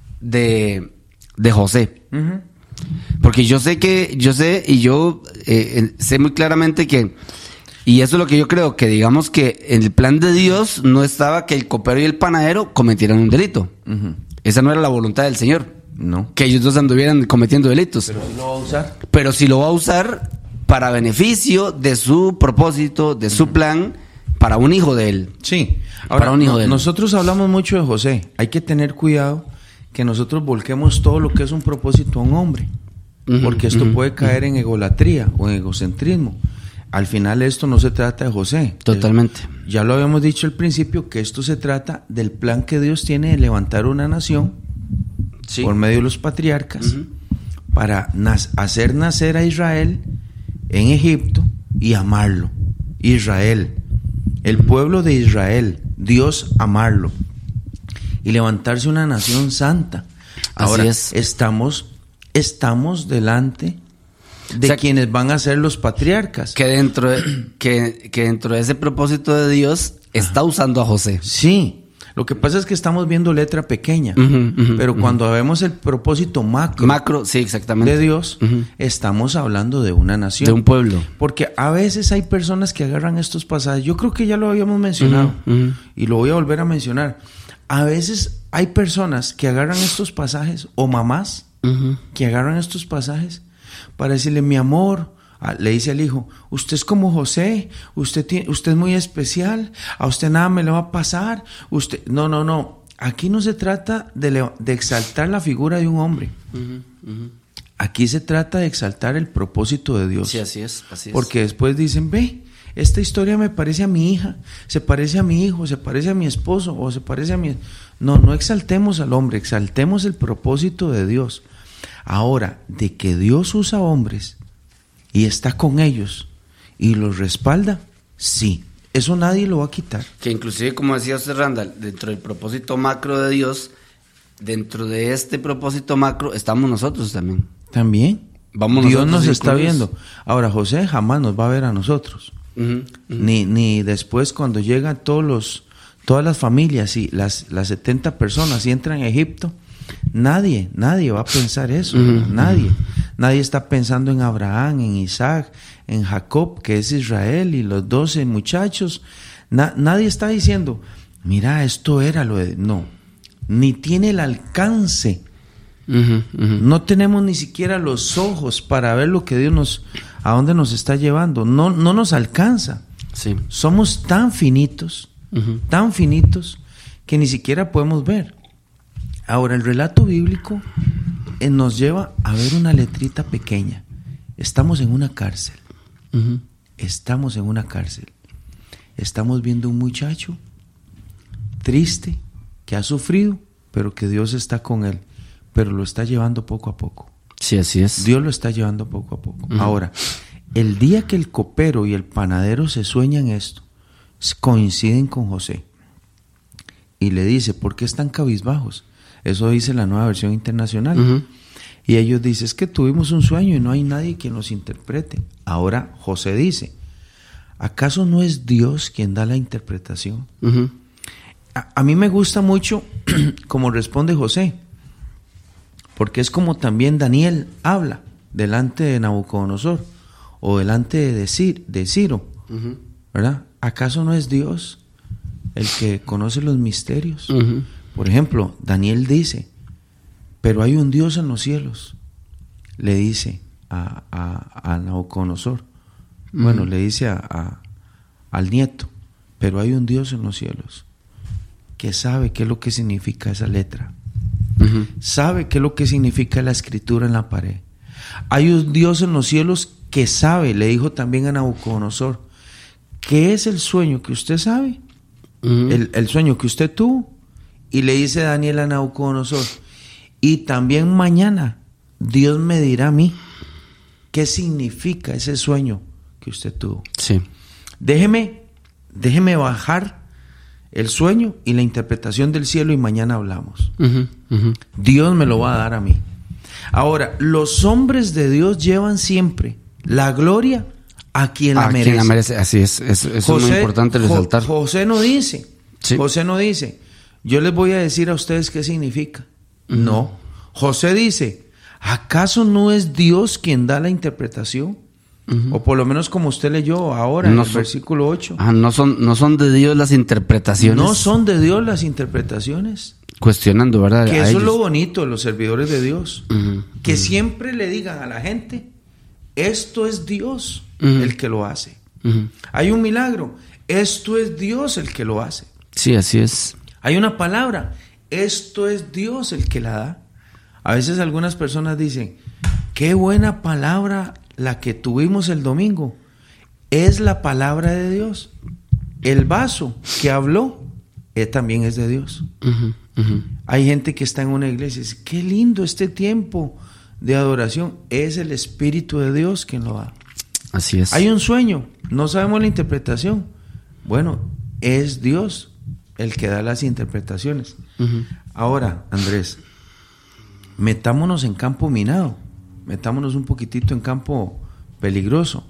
de, de José. Uh-huh. Porque yo sé que, yo sé y yo eh, sé muy claramente que, y eso es lo que yo creo, que digamos que en el plan de Dios no estaba que el copero y el panadero cometieran un delito. Uh-huh. Esa no era la voluntad del Señor. No. Que ellos dos anduvieran cometiendo delitos. Pero sí lo va a usar. Pero sí lo va a usar para beneficio de su propósito, de su uh-huh. plan, para un hijo de él. Sí. Ahora, para un hijo no, de él. Nosotros hablamos mucho de José. Hay que tener cuidado que nosotros volquemos todo lo que es un propósito a un hombre, uh-huh, porque esto uh-huh, puede caer uh-huh. en egolatría o en egocentrismo. Al final esto no se trata de José. Totalmente. Eh, ya lo habíamos dicho al principio que esto se trata del plan que Dios tiene de levantar una nación, sí. por medio de los patriarcas, uh-huh. para nas- hacer nacer a Israel en Egipto y amarlo. Israel, el pueblo de Israel, Dios amarlo. Y levantarse una nación santa. Ahora, así es. estamos, estamos delante de, o sea, quienes van a ser los patriarcas. Que dentro de, que, que dentro de ese propósito de Dios está usando a José. Sí. Lo que pasa es que estamos viendo letra pequeña, uh-huh, uh-huh, pero uh-huh. cuando vemos el propósito macro, macro sí, exactamente. de Dios, uh-huh. estamos hablando de una nación. De un pueblo. Porque a veces hay personas que agarran estos pasajes. Yo creo que ya lo habíamos mencionado, uh-huh, uh-huh. y lo voy a volver a mencionar. A veces hay personas que agarran estos pasajes, o mamás, uh-huh. que agarran estos pasajes para decirle, mi amor, le dice al hijo, usted es como José, usted tiene, usted es muy especial, a usted nada me le va a pasar, usted, no, no, no, aquí no se trata de, le, de exaltar la figura de un hombre, uh-huh, uh-huh. aquí se trata de exaltar el propósito de Dios. Sí, así es, así es. Porque después dicen, ve, esta historia me parece a mi hija, se parece a mi hijo, se parece a mi esposo, o se parece a mi... No, no exaltemos al hombre, exaltemos el propósito de Dios. Ahora, de que Dios usa hombres y está con ellos y los respalda, sí, eso nadie lo va a quitar. Que inclusive, como decía usted, Randall, dentro del propósito macro de Dios, dentro de este propósito macro estamos nosotros también. También. Vamos Dios nos incluidos. está viendo. Ahora, José jamás nos va a ver a nosotros. Uh-huh, uh-huh. Ni, ni después cuando llegan todos los, todas las familias y las, las setenta personas y entran a Egipto, nadie, nadie va a pensar eso, uh-huh. nadie. Nadie está pensando en Abraham, en Isaac, en Jacob, que es Israel, y los doce muchachos. Na, nadie está diciendo, mira, esto era lo de... No, ni tiene el alcance. Uh-huh, uh-huh. No tenemos ni siquiera los ojos para ver lo que Dios nos... a dónde nos está llevando. No, no nos alcanza. Sí. Somos tan finitos, uh-huh. tan finitos, que ni siquiera podemos ver. Ahora, el relato bíblico eh, nos lleva a ver una letrita pequeña. Estamos en una cárcel. Uh-huh. Estamos en una cárcel. Estamos viendo un muchacho triste que ha sufrido, pero que Dios está con él, pero lo está llevando poco a poco. Sí, así es. Dios lo está llevando poco a poco. Uh-huh. Ahora, el día que el copero y el panadero se sueñan esto, coinciden con José y le dice, ¿por qué están cabizbajos? Eso dice la Nueva Versión Internacional. Uh-huh. Y ellos dicen, es que tuvimos un sueño y no hay nadie que nos interprete. Ahora José dice, ¿acaso no es Dios quien da la interpretación? Uh-huh. A, a mí me gusta mucho como responde José, porque es como también Daniel habla delante de Nabucodonosor o delante de, Cir, de Ciro, uh-huh. ¿verdad? ¿Acaso no es Dios el que conoce los misterios? Uh-huh. Por ejemplo, Daniel dice, pero hay un Dios en los cielos, le dice a, a, a Nabucodonosor. Uh-huh. Bueno, le dice a, a, al nieto, pero hay un Dios en los cielos que sabe qué es lo que significa esa letra. Uh-huh. Sabe qué es lo que significa la escritura en la pared. Hay un Dios en los cielos que sabe, le dijo también a Nabucodonosor, ¿qué es el sueño que usted sabe? Uh-huh. El, el sueño que usted tuvo. Y le dice Daniel a Nabucodonosor, y también mañana Dios me dirá a mí qué significa ese sueño que usted tuvo. Sí. Déjeme, déjeme bajar el sueño y la interpretación del cielo y mañana hablamos. Uh-huh, uh-huh. Dios me lo va a dar a mí. Ahora, los hombres de Dios llevan siempre la gloria a quien la a merece. Quien la merece. Así es, eso, eso José, es muy importante resaltar. Jo, José no dice, sí. José no dice, yo les voy a decir a ustedes qué significa. Uh-huh. No, José dice, ¿acaso no es Dios quien da la interpretación? Uh-huh. O por lo menos como usted leyó ahora no en el son, versículo ocho. Ah, no son, no son de Dios las interpretaciones. No son de Dios las interpretaciones. Cuestionando, ¿verdad? Que a eso ellos. Es lo bonito de los servidores de Dios. Uh-huh. Que uh-huh. siempre le digan a la gente, esto es Dios uh-huh. el que lo hace. Uh-huh. Hay un milagro, esto es Dios el que lo hace. Sí, así es. Hay una palabra, esto es Dios el que la da. A veces algunas personas dicen, qué buena palabra la que tuvimos el domingo. Es la palabra de Dios. El vaso que habló eh, también es de Dios. Uh-huh, uh-huh. Hay gente que está en una iglesia y dice, qué lindo este tiempo de adoración. Es el Espíritu de Dios quien lo da. Así es. Hay un sueño, no sabemos la interpretación. Bueno, es Dios el que da las interpretaciones. Uh-huh. Ahora, Andrés, metámonos en campo minado, metámonos un poquitito en campo peligroso.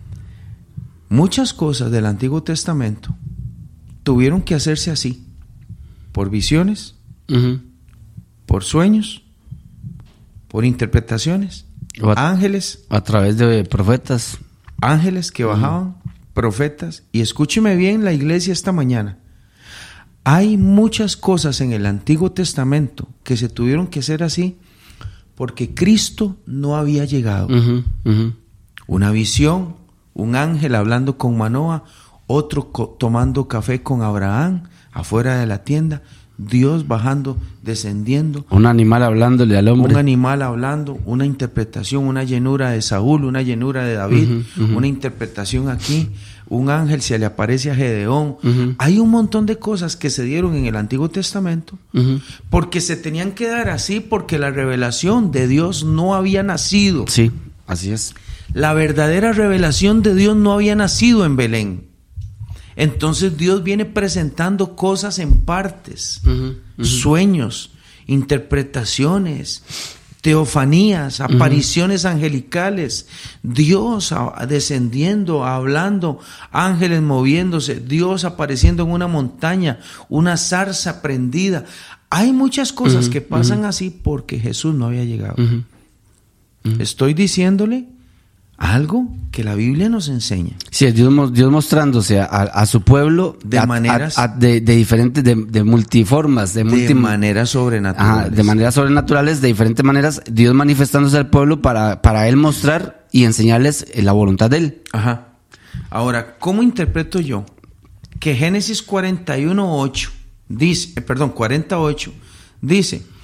Muchas cosas del Antiguo Testamento tuvieron que hacerse así, por visiones, uh-huh. por sueños, por interpretaciones, o a, ángeles. A través de profetas. Ángeles que bajaban, uh-huh. profetas. Y escúcheme bien la iglesia esta mañana. Hay muchas cosas en el Antiguo Testamento que se tuvieron que hacer así porque Cristo no había llegado. Uh-huh, uh-huh. Una visión, un ángel hablando con Manoa, otro co- tomando café con Abraham afuera de la tienda, Dios bajando, descendiendo. Un animal hablándole al hombre. Un animal hablando, una interpretación, una llenura de Saúl, una llenura de David, uh-huh, uh-huh. una interpretación aquí. Un ángel se le aparece a Gedeón. Uh-huh. Hay un montón de cosas que se dieron en el Antiguo Testamento uh-huh. porque se tenían que dar así porque la revelación de Dios no había nacido. Sí, así es. La verdadera revelación de Dios no había nacido en Belén. Entonces Dios viene presentando cosas en partes, uh-huh. Uh-huh. sueños, interpretaciones, teofanías, apariciones uh-huh. angelicales, Dios descendiendo, hablando, ángeles moviéndose, Dios apareciendo en una montaña, una zarza prendida. Hay muchas cosas uh-huh. que pasan uh-huh. así porque Jesús no había llegado. Uh-huh. Uh-huh. Estoy diciéndole algo que la Biblia nos enseña. Sí, Dios, Dios mostrándose a, a su pueblo de a, maneras a, a, de, de diferentes, de, de multiformas, de, multi, de maneras sobrenaturales. Ajá, de maneras sobrenaturales, de diferentes maneras, Dios manifestándose al pueblo para, para él mostrar y enseñarles la voluntad de él. Ajá. Ahora, ¿cómo interpreto yo que Génesis cuarenta y uno, ocho dice, eh, perdón, cuarenta y ocho dice,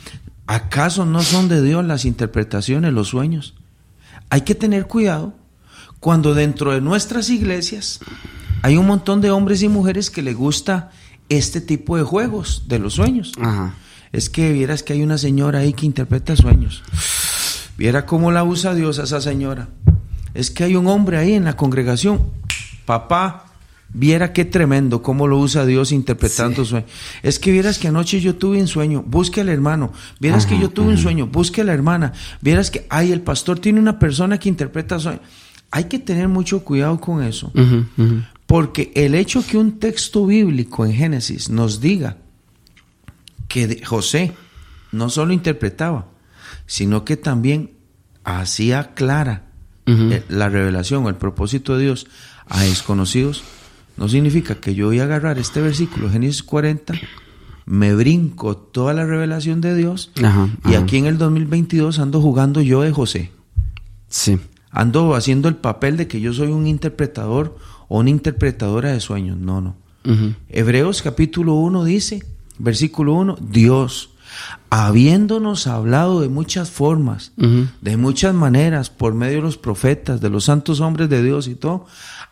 ¿Acaso no son de Dios las interpretaciones, los sueños? Hay que tener cuidado cuando dentro de nuestras iglesias hay un montón de hombres y mujeres que les gusta este tipo de juegos de los sueños. Ajá. Es que vieras que hay una señora ahí que interpreta sueños. Viera cómo la usa Dios a esa señora. Es que hay un hombre ahí en la congregación. Papá, viera qué tremendo cómo lo usa Dios interpretando sí. sueños. Es que vieras que anoche yo tuve un sueño, busque al hermano. Vieras ajá, que yo tuve ajá. un sueño, busque a la hermana. Vieras que, ay, el pastor tiene una persona que interpreta sueños. Hay que tener mucho cuidado con eso. Uh-huh, uh-huh. Porque el hecho que un texto bíblico en Génesis nos diga que José no solo interpretaba, sino que también hacía clara uh-huh. la revelación o el propósito de Dios a desconocidos, no significa que yo voy a agarrar este versículo, Génesis cuarenta, me brinco toda la revelación de Dios ajá, y ajá. aquí en el dos mil veintidós ando jugando yo de José. Sí. Ando haciendo el papel de que yo soy un interpretador o una interpretadora de sueños. No, no. Uh-huh. Hebreos capítulo uno dice, versículo uno, Dios, habiéndonos hablado de muchas formas, uh-huh. de muchas maneras, por medio de los profetas, de los santos hombres de Dios y todo,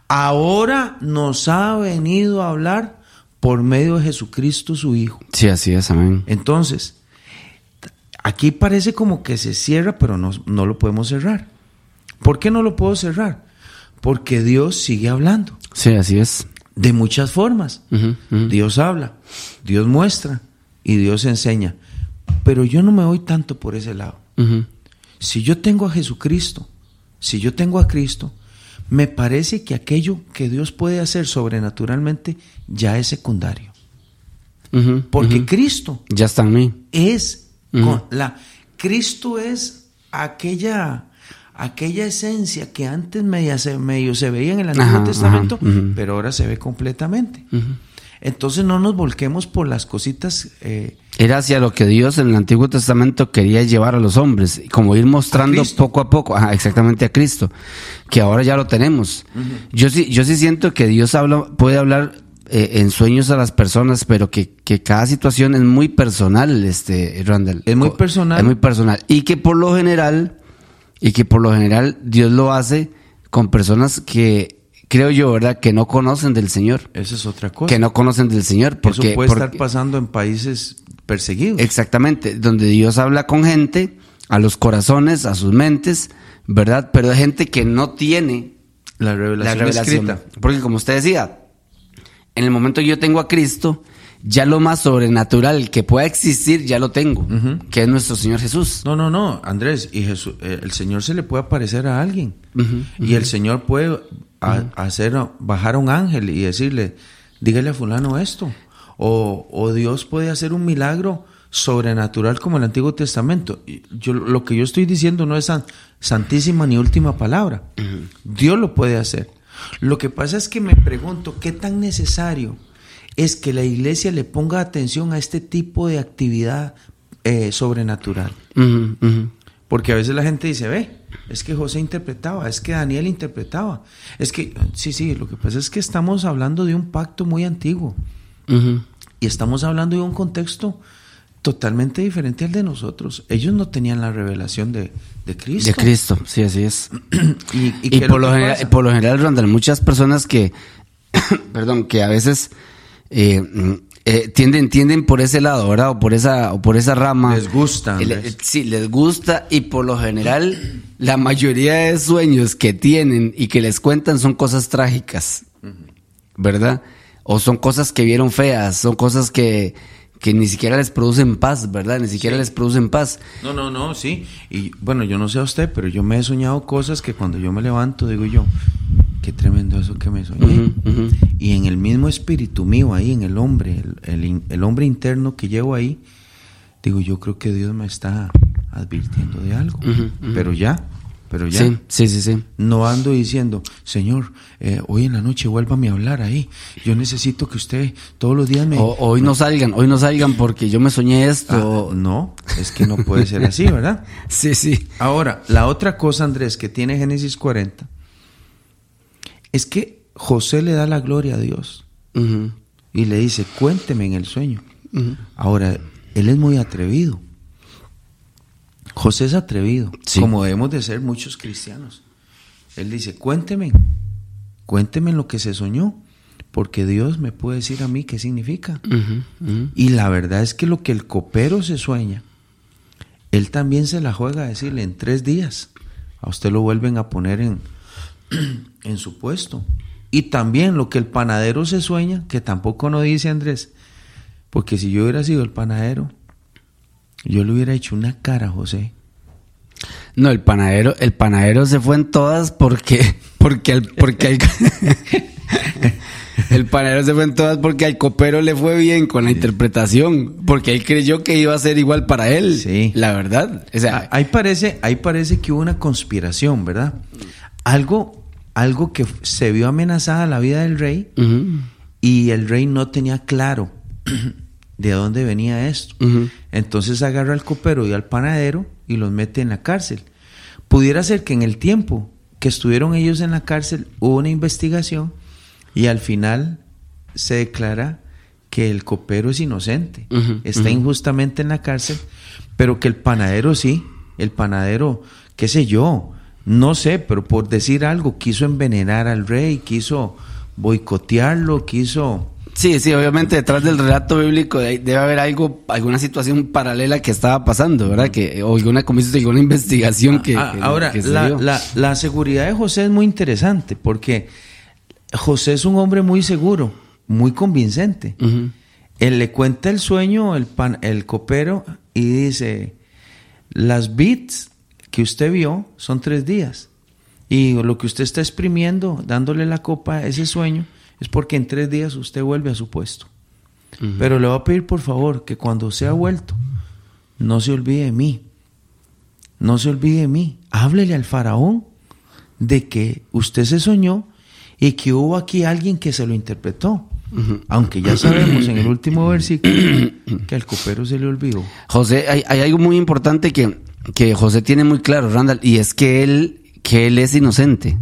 ahora nos ha venido a hablar por medio de Jesucristo su Hijo. Sí, así es, amén. Entonces, aquí parece como que se cierra, pero no, no lo podemos cerrar. ¿Por qué no lo puedo cerrar? Porque Dios sigue hablando. Sí, así es. De muchas formas. Uh-huh, uh-huh. Dios habla, Dios muestra y Dios enseña. Pero yo no me voy tanto por ese lado. Uh-huh. Si yo tengo a Jesucristo, si yo tengo a Cristo, me parece que aquello que Dios puede hacer sobrenaturalmente ya es secundario. Uh-huh, Porque uh-huh. Cristo ya está en mí. Es uh-huh. con la Cristo es aquella aquella esencia que antes medio se, medio se veía en el Antiguo ajá, Testamento, ajá, uh-huh. pero ahora se ve completamente. Uh-huh. Entonces no nos volquemos por las cositas. Eh, Era hacia lo que Dios en el Antiguo Testamento quería llevar a los hombres, como ir mostrando a poco a poco, ajá, exactamente a Cristo, que ahora ya lo tenemos. Uh-huh. Yo sí, yo sí siento que Dios habla, puede hablar eh, en sueños a las personas, pero que, que cada situación es muy personal, este Randall. Es muy personal. Es muy personal. Y que por lo general... Y que por lo general Dios lo hace con personas que, creo yo, ¿verdad?, que no conocen del Señor. Esa es otra cosa. Que no conocen del Señor. Porque, Eso puede porque, estar pasando en países perseguidos. Exactamente, donde Dios habla con gente, a los corazones, a sus mentes, ¿verdad? Pero hay gente que no tiene la revelación, la revelación escrita. Porque como usted decía, en el momento que yo tengo a Cristo, ya lo más sobrenatural que pueda existir, ya lo tengo, uh-huh. que es nuestro Señor Jesús. No, no, no, Andrés, y Jesús, eh, el Señor se le puede aparecer a alguien, uh-huh, uh-huh. y el Señor puede a, uh-huh. hacer bajar a un ángel y decirle, dígale a fulano esto, o, o Dios puede hacer un milagro sobrenatural como el Antiguo Testamento. Yo, lo que yo estoy diciendo no es san, santísima ni última palabra, uh-huh. Dios lo puede hacer. Lo que pasa es que me pregunto, ¿qué tan necesario es que la iglesia le ponga atención a este tipo de actividad eh, sobrenatural? Uh-huh, uh-huh. Porque a veces la gente dice, ve, es que José interpretaba, es que Daniel interpretaba, es que, sí, sí, lo que pasa es que estamos hablando de un pacto muy antiguo, uh-huh. y estamos hablando de un contexto totalmente diferente al de nosotros. Ellos no tenían la revelación de, de Cristo. De Cristo, sí, así es. y y, y por, lo general, por lo general, Randall, muchas personas que, perdón, que a veces... Eh, eh, tienden, tienden por ese lado, ¿verdad? O por esa, o por esa rama. Les gusta. Eh, sí, les gusta, y por lo general la mayoría de sueños que tienen y que les cuentan son cosas trágicas, ¿verdad? O son cosas que vieron feas, son cosas que, que ni siquiera les producen paz, ¿verdad? Ni siquiera sí. les producen paz. No, no, no, sí. Y bueno, yo no sé a usted, pero yo me he soñado cosas que cuando yo me levanto digo yo, qué tremendo eso que me soñé. Uh-huh, uh-huh. Y en el mismo espíritu mío ahí, en el hombre, el, el, el hombre interno que llevo ahí, digo, yo creo que Dios me está advirtiendo de algo. Uh-huh, uh-huh. Pero ya, pero ya. Sí, sí, sí, sí. No ando diciendo, Señor, eh, hoy en la noche vuélvame a hablar ahí. Yo necesito que usted todos los días me... O, hoy no salgan, hoy no salgan porque yo me soñé esto. Ah, no, es que no puede ser así, ¿verdad? Sí, sí. Ahora, la otra cosa, Andrés, que tiene Génesis cuarenta, es que José le da la gloria a Dios, uh-huh. y le dice, cuénteme en el sueño. Uh-huh. Ahora, él es muy atrevido. José es atrevido, sí. como debemos de ser muchos cristianos. Él dice, cuénteme, cuénteme lo que se soñó, porque Dios me puede decir a mí qué significa. Uh-huh, uh-huh. Y la verdad es que lo que el copero se sueña, él también se la juega a decirle, en tres días a usted lo vuelven a poner en, en su puesto. Y también lo que el panadero se sueña, que tampoco no dice Andrés, porque si yo hubiera sido el panadero, yo le hubiera hecho una cara a José. No, el panadero, el panadero se fue en todas porque, porque el, porque el, el panadero se fue en todas porque al copero le fue bien con la interpretación, porque él creyó que iba a ser igual para él. Sí. La verdad. O sea, ahí parece, ahí parece que hubo una conspiración, ¿verdad? Algo, algo que se vio amenazada la vida del rey, uh-huh. y el rey no tenía claro de dónde venía esto. Uh-huh. Entonces agarra al copero y al panadero y los mete en la cárcel. Pudiera ser que en el tiempo que estuvieron ellos en la cárcel hubo una investigación y al final se declara que el copero es inocente, uh-huh. está uh-huh. injustamente en la cárcel, pero que el panadero sí, el panadero, qué sé yo, no sé, pero por decir algo, quiso envenenar al rey, quiso boicotearlo, quiso... Sí, sí, obviamente detrás del relato bíblico debe haber algo, alguna situación paralela que estaba pasando, ¿verdad? Que, o alguna, como dices, alguna investigación que, ah, que ahora, que se la, dio. la, la seguridad de José es muy interesante, porque José es un hombre muy seguro, muy convincente. Uh-huh. Él le cuenta el sueño, el, pan, el copero, y dice, las bits que usted vio son tres días, y lo que usted está exprimiendo, dándole la copa a ese sueño, es porque en tres días usted vuelve a su puesto. Uh-huh. Pero le voy a pedir por favor que cuando sea vuelto, no se olvide de mí. No se olvide de mí. Háblele al faraón de que usted se soñó y que hubo aquí alguien que se lo interpretó. Uh-huh. Aunque ya sabemos en el último versículo que al copero se le olvidó. José, hay, hay algo muy importante que, que José tiene muy claro, Randall, y es que él, que él es inocente.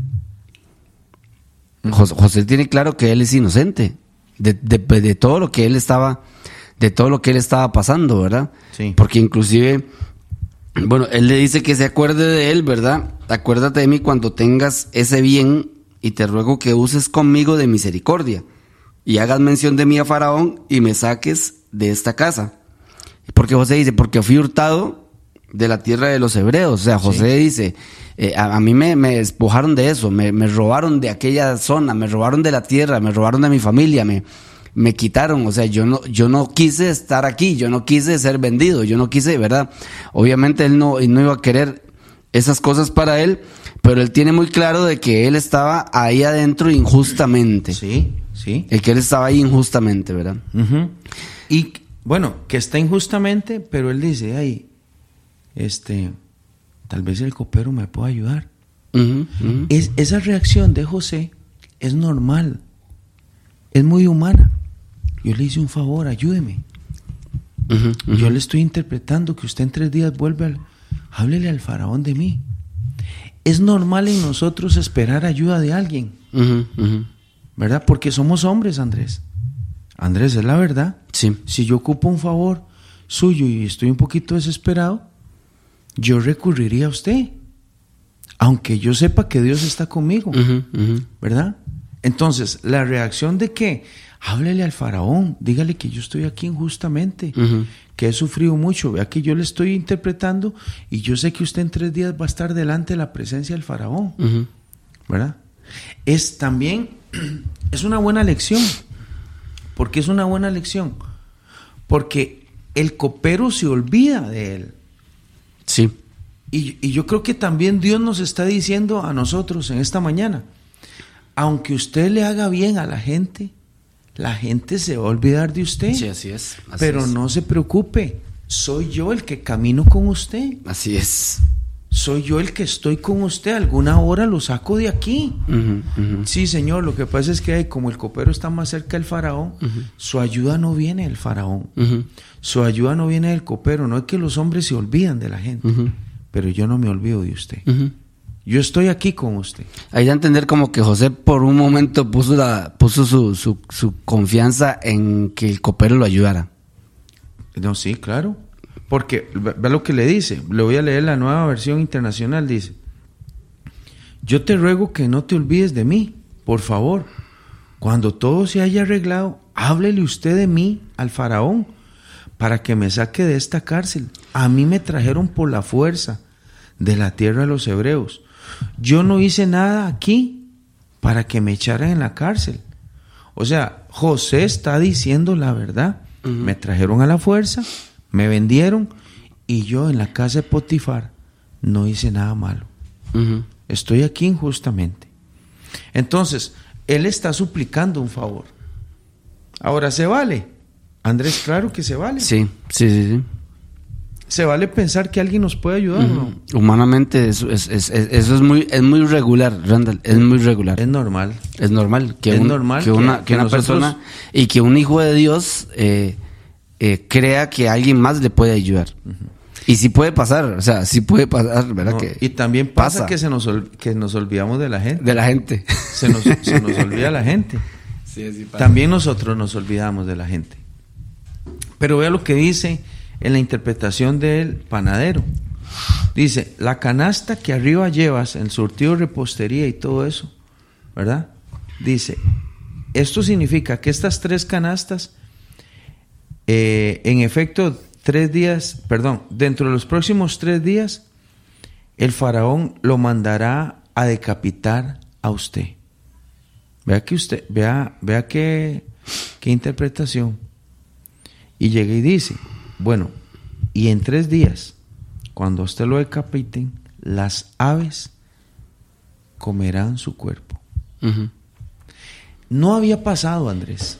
José, José tiene claro que él es inocente de, de, de todo lo que él estaba de todo lo que él estaba pasando, ¿verdad? Sí. Porque inclusive, bueno, él le dice que se acuerde de él, ¿verdad? Acuérdate de mí cuando tengas ese bien y te ruego que uses conmigo de misericordia y hagas mención de mí a Faraón y me saques de esta casa. Porque José dice, porque fui hurtado de la tierra de los hebreos. O sea, José sí. dice... Eh, a, a mí me, me despojaron de eso, me, me robaron de aquella zona, me robaron de la tierra, me robaron de mi familia, me, me quitaron, o sea, yo no, yo no quise estar aquí, yo no quise ser vendido, yo no quise, ¿verdad? Obviamente él no, él no iba a querer esas cosas para él, pero él tiene muy claro de que él estaba ahí adentro injustamente. Sí, sí. El que él estaba ahí injustamente, ¿verdad? Uh-huh. Y bueno, que está injustamente, pero él dice, ay, este... tal vez el copero me pueda ayudar. Uh-huh, uh-huh. Es, esa reacción de José es normal, es muy humana. Yo le hice un favor, ayúdeme. Uh-huh, uh-huh. Yo le estoy interpretando que usted en tres días vuelve al... háblele al faraón de mí. Es normal en nosotros esperar ayuda de alguien, uh-huh, uh-huh. ¿verdad? Porque somos hombres, Andrés. Andrés, es la verdad. Sí. Si yo ocupo un favor suyo y estoy un poquito desesperado, yo recurriría a usted, aunque yo sepa que Dios está conmigo, uh-huh, uh-huh. ¿verdad? Entonces, la reacción de que, háblele al faraón, dígale que yo estoy aquí injustamente, uh-huh. que he sufrido mucho, vea que yo le estoy interpretando y yo sé que usted en tres días va a estar delante de la presencia del faraón, uh-huh. ¿verdad? Es también, es una buena lección. ¿Por qué es una buena lección? Porque el copero se olvida de él. Sí. Y, y yo creo que también Dios nos está diciendo a nosotros en esta mañana, aunque usted le haga bien a la gente, la gente se va a olvidar de usted. Sí, así es. Así pero es. No se preocupe, soy yo el que camino con usted. Así es. Soy yo el que estoy con usted, alguna hora lo saco de aquí. Uh-huh, uh-huh. Sí, Señor, lo que pasa es que hay, como el copero está más cerca del faraón, uh-huh. su ayuda no viene del faraón, uh-huh. su ayuda no viene del copero. No es que los hombres se olvidan de la gente, uh-huh. pero yo no me olvido de usted. Uh-huh. Yo estoy aquí con usted. Hay que entender como que José por un momento puso, la, puso su, su, su confianza en que el copero lo ayudara. No, sí, claro. Porque, ve lo que le dice, le voy a leer la nueva versión internacional, dice: yo te ruego que no te olvides de mí, por favor. Cuando todo se haya arreglado, háblele usted de mí al faraón, para que me saque de esta cárcel. A mí me trajeron por la fuerza de la tierra de los hebreos. Yo no hice nada aquí para que me echaran en la cárcel. O sea, José está diciendo la verdad. Uh-huh. Me trajeron a la fuerza, me vendieron, y yo en la casa de Potifar no hice nada malo. Uh-huh. Estoy aquí injustamente. Entonces, él está suplicando un favor. Ahora, ¿se vale? Andrés, claro que se vale. Sí, sí, sí, sí. ¿Se vale pensar que alguien nos puede ayudar? Uh-huh. ¿No? Humanamente eso es, es, es, eso es muy es muy regular, Randall, es muy regular. Es normal. Es normal que, es un, normal que una, que, que una nosotros... persona y que un hijo de Dios eh, eh, crea que alguien más le puede ayudar. Uh-huh. Y sí puede pasar, o sea, sí puede pasar, ¿verdad? No, que y también pasa, pasa que se nos ol, que nos olvidamos de la gente. De la gente. Se nos, se nos olvida la gente. Sí, sí pasa. También nosotros nos olvidamos de la gente. Pero vea lo que dice en la interpretación del panadero. Dice: la canasta que arriba llevas, el surtido de repostería y todo eso, ¿verdad? Dice, esto significa que estas tres canastas, eh, en efecto, tres días, perdón, dentro de los próximos tres días, el faraón lo mandará a decapitar a usted. Vea que usted, vea, vea qué, qué interpretación. Y llega y dice: bueno, y en tres días, cuando usted lo decapiten, las aves comerán su cuerpo. Uh-huh. No había pasado, Andrés.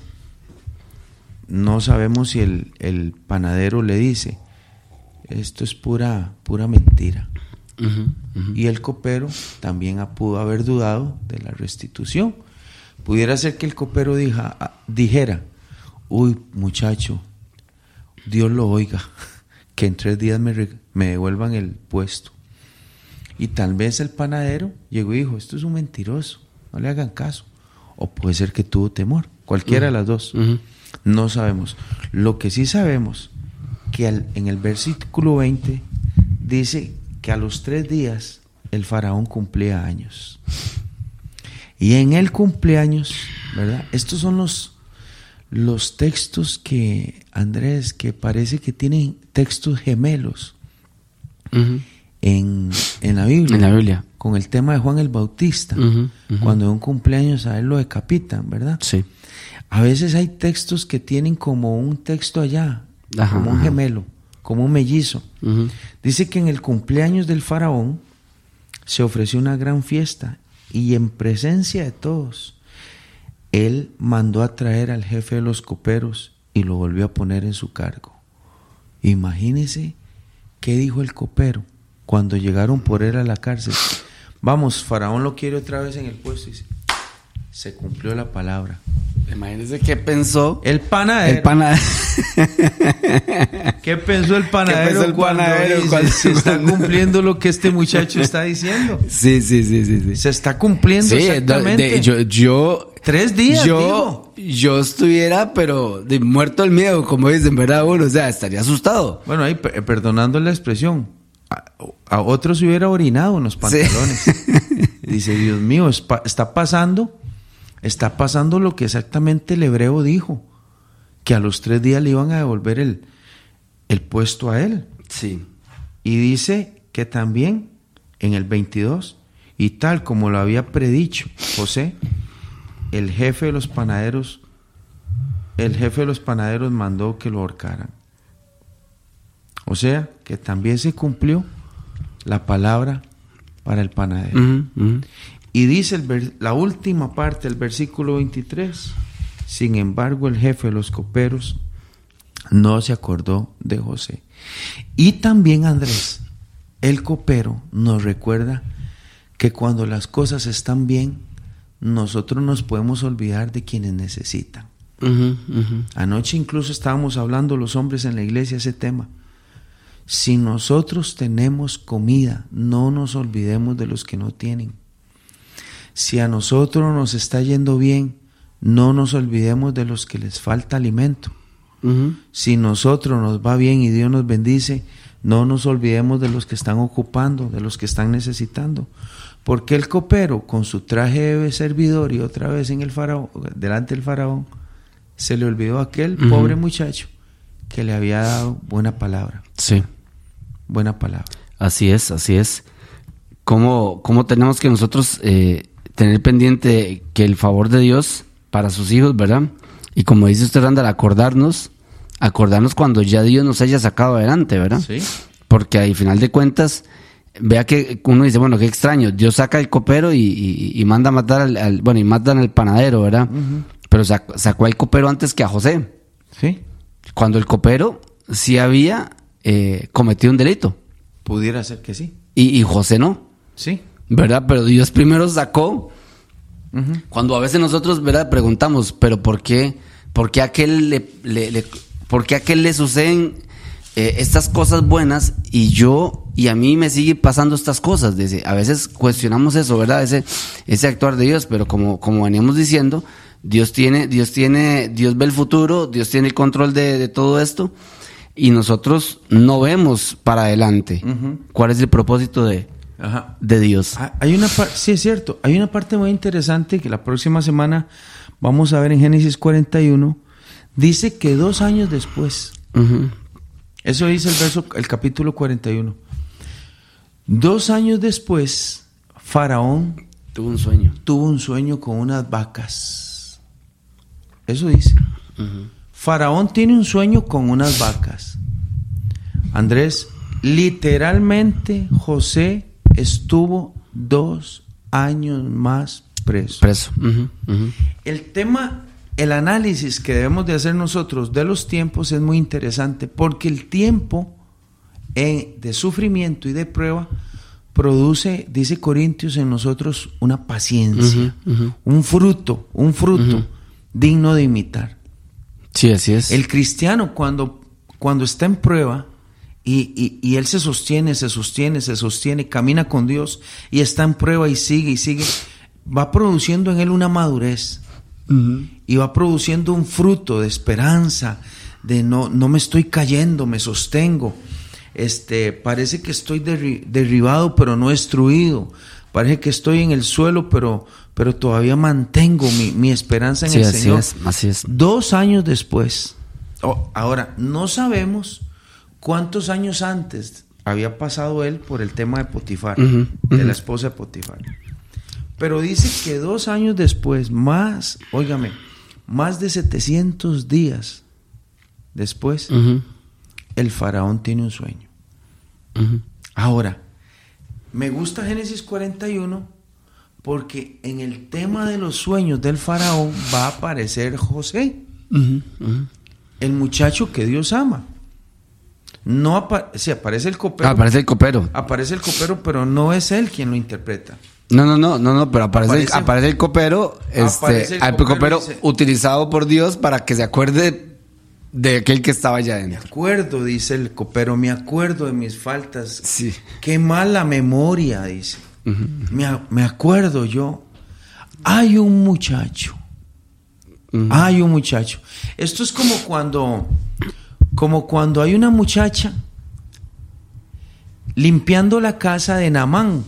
No sabemos si el, el panadero le dice: esto es pura, pura mentira. Uh-huh, uh-huh. Y el copero también pudo haber dudado de la restitución. Pudiera ser que el copero dija, dijera: uy, muchacho, Dios lo oiga, que en tres días me, me devuelvan el puesto. Y tal vez el panadero llegó y dijo: esto es un mentiroso, no le hagan caso. O puede ser que tuvo temor, cualquiera uh-huh. de las dos. Uh-huh. No sabemos. Lo que sí sabemos, que al, en el versículo veinte dice que a los tres días el faraón cumplía años. Y en el cumpleaños, ¿verdad? Estos son los, los textos que, Andrés, que parece que tienen textos gemelos uh-huh. en, en la Biblia. En la Biblia. Con el tema de Juan el Bautista. Uh-huh, uh-huh. Cuando en un cumpleaños a él lo decapitan, ¿verdad? Sí. A veces hay textos que tienen como un texto allá, ajá, como un gemelo, como un mellizo. Uh-huh. Dice que en el cumpleaños del faraón se ofreció una gran fiesta y en presencia de todos, él mandó a traer al jefe de los coperos y lo volvió a poner en su cargo. Imagínese qué dijo el copero cuando llegaron por él a la cárcel. Vamos, faraón lo quiere otra vez en el puesto. Y dice, se cumplió la palabra. Imagínese qué pensó el panadero. El panadero. ¿Qué pensó el panadero, pensó el cuando, panadero dice, cuando se está cumpliendo lo que este muchacho está diciendo? Sí, sí, sí, sí, sí. Se está cumpliendo, sí, exactamente. De, yo, yo, Tres días, yo, digo. Yo estuviera, pero de muerto el miedo, como dicen, ¿verdad? Uno, o sea, estaría asustado. Bueno, ahí, perdonando la expresión, a, a otros se hubiera orinado en los pantalones. Sí. Dice, Dios mío, está pasando... Está pasando lo que exactamente el hebreo dijo, que a los tres días le iban a devolver el, el puesto a él. Sí. Y dice que también en el veintidós, y tal como lo había predicho José, el jefe de los panaderos, el jefe de los panaderos mandó que lo ahorcaran. O sea, que también se cumplió la palabra para el panadero. Uh-huh, uh-huh. Y dice el, la última parte del versículo veintitrés, sin embargo el jefe de los coperos no se acordó de José. Y también, Andrés, el copero nos recuerda que cuando las cosas están bien, nosotros nos podemos olvidar de quienes necesitan. Uh-huh, uh-huh. Anoche incluso estábamos hablando los hombres en la iglesia ese tema. Si nosotros tenemos comida, no nos olvidemos de los que no tienen. Si a nosotros nos está yendo bien, no nos olvidemos de los que les falta alimento. Uh-huh. Si nosotros nos va bien y Dios nos bendice, no nos olvidemos de los que están ocupando, de los que están necesitando. Porque el copero, con su traje de servidor y otra vez en el faraón, delante del faraón, se le olvidó a aquel uh-huh. pobre muchacho que le había dado buena palabra. Sí. Buena palabra. Así es, así es. ¿Cómo, cómo tenemos que nosotros eh, tener pendiente que el favor de Dios para sus hijos, ¿verdad? Y como dice usted, Randall, acordarnos, acordarnos cuando ya Dios nos haya sacado adelante, ¿verdad? Sí. Porque al final de cuentas, vea que uno dice, bueno, qué extraño, Dios saca el copero y, y, y manda a matar al, al, bueno, y matan al panadero, ¿verdad? Uh-huh. Pero sacó, sacó al copero antes que a José. Sí. Cuando el copero sí había eh, cometido un delito. Pudiera ser que sí. Y, y José no. Sí. ¿Verdad? Pero Dios primero sacó. Uh-huh. Cuando a veces nosotros, ¿verdad?, preguntamos, pero ¿por qué? ¿Por qué a aquel le, le, le, ¿por qué a aquel le suceden eh, estas cosas buenas y yo, y a mí me sigue pasando estas cosas? Dice, a veces cuestionamos eso, ¿verdad? Ese, ese actuar de Dios, pero como, como veníamos diciendo, Dios tiene, Dios tiene, Dios ve el futuro, Dios tiene el control de, de todo esto, y nosotros no vemos para adelante. Uh-huh. ¿Cuál es el propósito de, Ajá. de Dios? Hay una par- sí, es cierto. Hay una parte muy interesante que la próxima semana vamos a ver en Génesis cuarenta y uno. Dice que dos años después, uh-huh. eso dice el verso, el capítulo cuarenta y uno. Dos años después, Faraón tuvo un sueño. Tuvo un sueño con unas vacas. Eso dice. Uh-huh. Faraón tiene un sueño con unas vacas. Andrés, literalmente José estuvo dos años más preso. Preso. Uh-huh, uh-huh. El tema, el análisis que debemos de hacer nosotros de los tiempos es muy interesante, porque el tiempo en, de sufrimiento y de prueba produce, dice Corintios, en nosotros una paciencia, uh-huh, uh-huh. un fruto, un fruto uh-huh. digno de imitar. Sí, así es. El cristiano cuando, cuando está en prueba y, y, y él se sostiene, se sostiene, se sostiene, camina con Dios y está en prueba y sigue y sigue, va produciendo en él una madurez uh-huh. y va produciendo un fruto de esperanza, de no, no me estoy cayendo, me sostengo. Este, parece que estoy derri- derribado pero no destruido, parece que estoy en el suelo pero, pero todavía mantengo mi, mi esperanza en sí, el así Señor. Es, así es. Dos años después, oh, ahora no sabemos cuántos años antes había pasado él por el tema de Potifar, uh-huh, uh-huh. de la esposa de Potifar, pero dice que dos años después, más, óigame, más de setecientos días después, uh-huh. el faraón tiene un sueño. Uh-huh. Ahora, me gusta Génesis cuarenta y uno porque en el tema de los sueños del faraón va a aparecer José, uh-huh. Uh-huh. el muchacho que Dios ama. No apa- sí, aparece el copero. Ah, aparece el copero. Aparece el copero, pero no es él quien lo interpreta. No, no, no, no, no, pero aparece, aparece, el, aparece el copero, este, aparece el copero, copero dice, utilizado por Dios para que se acuerde de aquel que estaba allá adentro. Me acuerdo, dice el copero, me acuerdo de mis faltas. Sí. Qué mala memoria, dice. Uh-huh. Me, me acuerdo yo. Hay un muchacho. Uh-huh. Hay un muchacho. Esto es como cuando, como cuando hay una muchacha limpiando la casa de Naamán,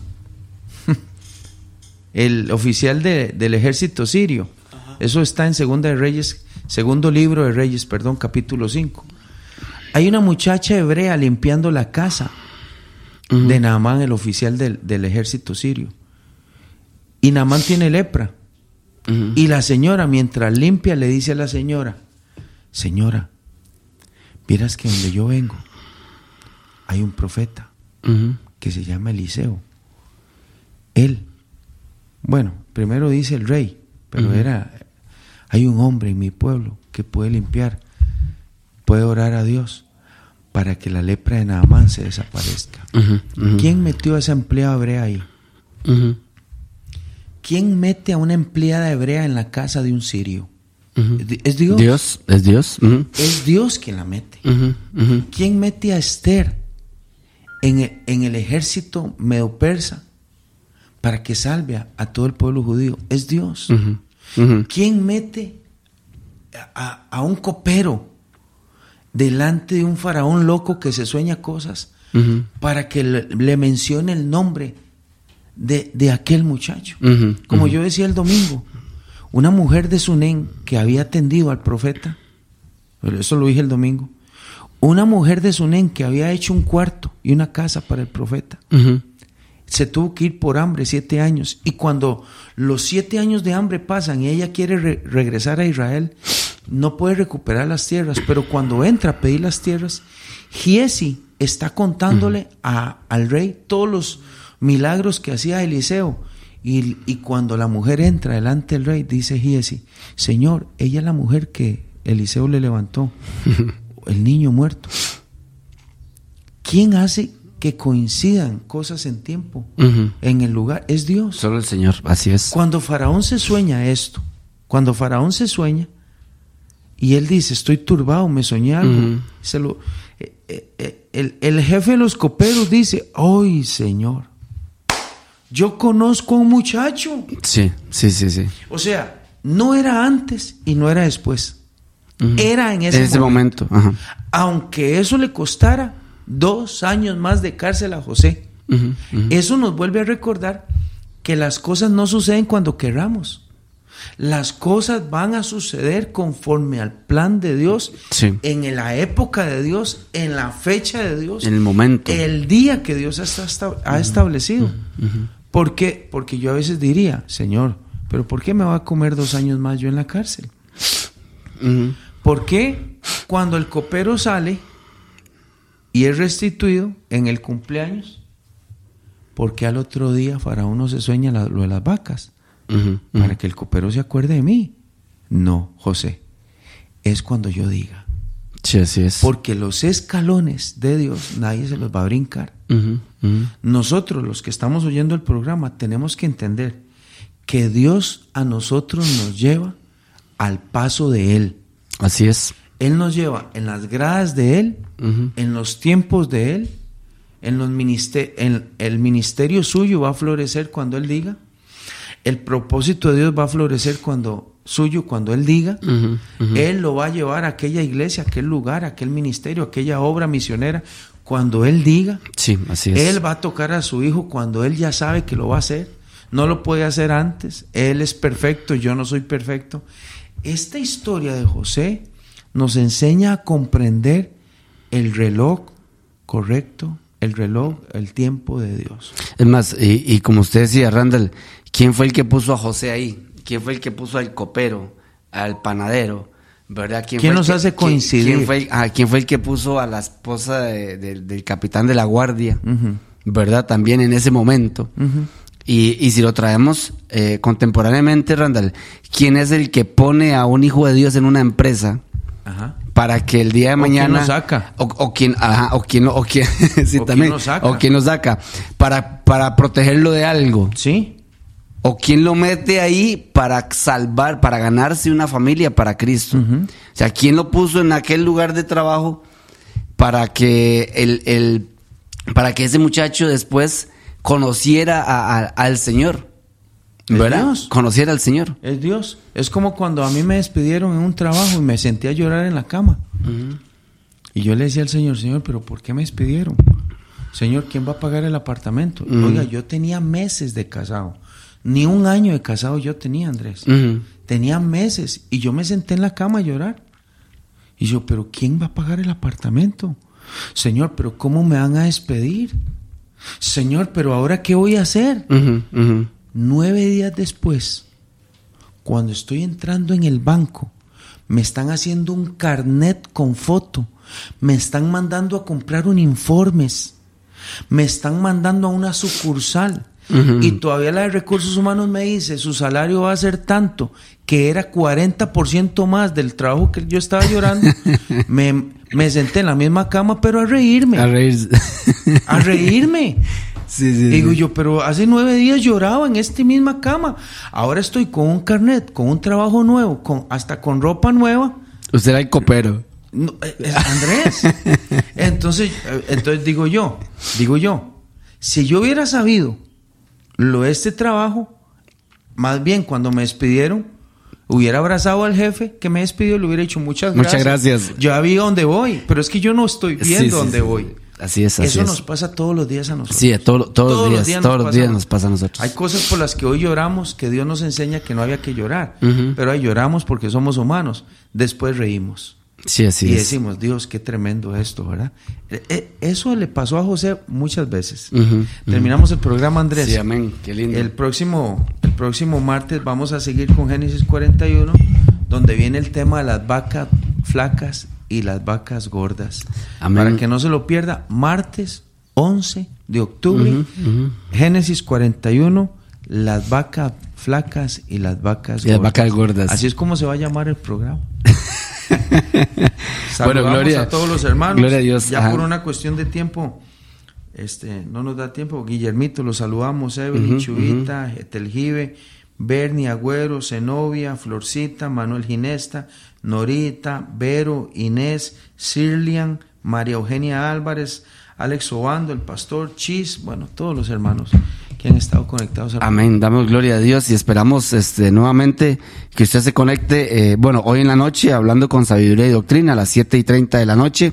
el oficial de, del ejército sirio. Uh-huh. Eso está en Segunda de Reyes. Segundo libro de Reyes, perdón, capítulo cinco. Hay una muchacha hebrea limpiando la casa uh-huh. de Naamán, el oficial del, del ejército sirio. Y Naamán tiene lepra. Uh-huh. Y la señora, mientras limpia, le dice a la señora: señora, vieras que donde yo vengo hay un profeta uh-huh. que se llama Eliseo. Él, bueno, primero dice el rey, pero uh-huh. era... Hay un hombre en mi pueblo que puede limpiar, puede orar a Dios para que la lepra de Naamán se desaparezca. Uh-huh, uh-huh. ¿Quién metió a esa empleada hebrea ahí? Uh-huh. ¿Quién mete a una empleada hebrea en la casa de un sirio? Uh-huh. ¿Es Dios? Dios, es Dios. Uh-huh. Es Dios quien la mete. Uh-huh, uh-huh. ¿Quién mete a Esther en el, en el ejército medo-persa para que salve a, a todo el pueblo judío? Es Dios. Uh-huh. Uh-huh. ¿Quién mete a, a un copero delante de un faraón loco que se sueña cosas, uh-huh, para que le, le mencione el nombre de, de aquel muchacho. Uh-huh, Como uh-huh. yo decía el domingo, una mujer de Sunén que había atendido al profeta, eso lo dije el domingo, una mujer de Sunén que había hecho un cuarto y una casa para el profeta, uh-huh, se tuvo que ir por hambre siete años, y cuando los siete años de hambre pasan y ella quiere re- regresar a Israel, no puede recuperar las tierras, pero cuando entra a pedir las tierras, Giesi está contándole uh-huh. a, al rey todos los milagros que hacía Eliseo, y, y cuando la mujer entra delante del rey, dice Giesi, Señor, ella es la mujer que Eliseo le levantó, el niño muerto. ¿Quién hace que coincidan cosas en tiempo, uh-huh, en el lugar? Es Dios. Solo el Señor, así es. Cuando Faraón se sueña esto, cuando Faraón se sueña y él dice, estoy turbado, me soñé algo, uh-huh, se lo, eh, eh, el, el jefe de los coperos dice, ¡ay, Señor! Yo conozco a un muchacho. Sí, sí, sí, sí. O sea, no era antes y no era después. Uh-huh. Era en ese, en ese momento. momento. Uh-huh. Aunque eso le costara dos años más de cárcel a José. Uh-huh, uh-huh. Eso nos vuelve a recordar que las cosas no suceden cuando querramos. Las cosas van a suceder conforme al plan de Dios, sí, en la época de Dios, en la fecha de Dios, en el momento, el día que Dios ha, ha establecido. Uh-huh, uh-huh. ¿Por qué? Porque yo a veces diría, Señor, ¿pero por qué me va a comer dos años más yo en la cárcel? Uh-huh. ¿Por qué cuando el copero sale y es restituido en el cumpleaños, porque al otro día Faraón no se sueña la, lo de las vacas? Uh-huh, uh-huh. Para que el copero se acuerde de mí. No, José, es cuando yo diga. Sí, así es. Porque los escalones de Dios nadie se los va a brincar. Uh-huh, uh-huh. Nosotros, los que estamos oyendo el programa, tenemos que entender que Dios a nosotros nos lleva al paso de Él. Así es. Él nos lleva en las gradas de Él, uh-huh, en los tiempos de Él, en los minister- en el ministerio suyo va a florecer cuando Él diga. El propósito de Dios va a florecer cuando suyo cuando Él diga. Uh-huh, uh-huh. Él lo va a llevar a aquella iglesia, a aquel lugar, a aquel ministerio, a aquella obra misionera cuando Él diga. Sí, así es. Él va a tocar a su hijo cuando Él ya sabe que lo va a hacer. No lo puede hacer antes. Él es perfecto, yo no soy perfecto. Esta historia de José nos enseña a comprender el reloj correcto, el reloj, el tiempo de Dios. Es más, y, y como usted decía, Randall, ¿quién fue el que puso a José ahí? ¿Quién fue el que puso al copero, al panadero? ¿Verdad? ¿Quién, ¿Quién fue nos que, hace coincidir? ¿quién, quién, fue el, ah, ¿Quién fue el que puso a la esposa de, de, del capitán de la guardia? Uh-huh. ¿Verdad? También en ese momento. Uh-huh. Y, y si lo traemos eh, contemporáneamente, Randall, ¿quién es el que pone a un hijo de Dios en una empresa? Ajá. Para que el día de mañana o quién lo saca o, o quién ajá, o quién o quién sí, o también quién lo saca. o quién lo saca para para protegerlo de algo, sí, o quién lo mete ahí para salvar, para ganarse una familia para Cristo. Uh-huh. O sea, quién lo puso en aquel lugar de trabajo para que el, el para que ese muchacho después conociera a, a, al Señor. ¿Verdad? Dios. Conociera al Señor. Es Dios. Es como cuando a mí me despidieron en un trabajo y me senté a llorar en la cama. Uh-huh. Y yo le decía al Señor, Señor, ¿pero por qué me despidieron? Señor, ¿quién va a pagar el apartamento? Uh-huh. Oiga, yo tenía meses de casado. Ni un año de casado yo tenía, Andrés. Uh-huh. Tenía meses. Y yo me senté en la cama a llorar. Y yo, ¿pero quién va a pagar el apartamento? Señor, ¿pero cómo me van a despedir? Señor, ¿pero ahora qué voy a hacer? Uh-huh. Uh-huh. Nueve días después, cuando estoy entrando en el banco, me están haciendo un carnet con foto, me están mandando a comprar un informes, me están mandando a una sucursal. Uh-huh. Y todavía la de recursos humanos me dice, su salario va a ser tanto, que era cuarenta por ciento más del trabajo que yo estaba llorando. me, me senté en la misma cama, pero a reírme. A reírse. A reírme. Sí, sí, digo sí. yo, pero hace nueve días lloraba en esta misma cama. Ahora estoy con un carnet, con un trabajo nuevo, con hasta con ropa nueva. Usted era el copero. No, es Andrés. Entonces, entonces digo yo, digo yo, si yo hubiera sabido lo de este trabajo, más bien cuando me despidieron, Hubiera abrazado al jefe que me despidió y le hubiera dicho muchas gracias. Muchas gracias. Yo vi dónde voy, pero es que yo no estoy viendo sí, sí, dónde sí. voy. Así es, así Eso es. nos pasa todos los días a nosotros. Sí, todo, todos, todos los días, todos los días nos pasa a nosotros. Hay cosas por las que hoy lloramos que Dios nos enseña que no había que llorar, Uh-huh. pero ahí lloramos porque somos humanos. Después reímos. Sí, así y es. decimos, Dios, qué tremendo esto, ¿verdad? Eh, Eso le pasó a José muchas veces. Uh-huh, Terminamos uh-huh. el programa, Andrés. Sí, amén, qué lindo. El próximo, el próximo martes vamos a seguir con Génesis cuarenta y uno, donde viene el tema de las vacas flacas y las vacas gordas. Amén. Para que no se lo pierda, martes once de octubre, Uh-huh, uh-huh. Génesis cuarenta y uno, las vacas flacas y las vacas y las gordas. vacas gordas. Así es como se va a llamar el programa. Saludamos Bueno, gloria, a todos los hermanos. Gloria a Dios. Ya Ajá. por una cuestión de tiempo, este, no nos da tiempo. Guillermito, los saludamos. Evelyn, Uh-huh, Chubita, uh-huh. Eteljibe, Bernie, Agüero, Zenobia, Florcita, Manuel Ginesta, Norita, Vero, Inés, Sirlian, María Eugenia Álvarez, Alex Obando, el pastor Chis, bueno, todos los hermanos que han estado conectados. Amén, damos gloria a Dios y esperamos este nuevamente que usted se conecte, eh, bueno, hoy en la noche hablando con Sabiduría y Doctrina a las siete y treinta de la noche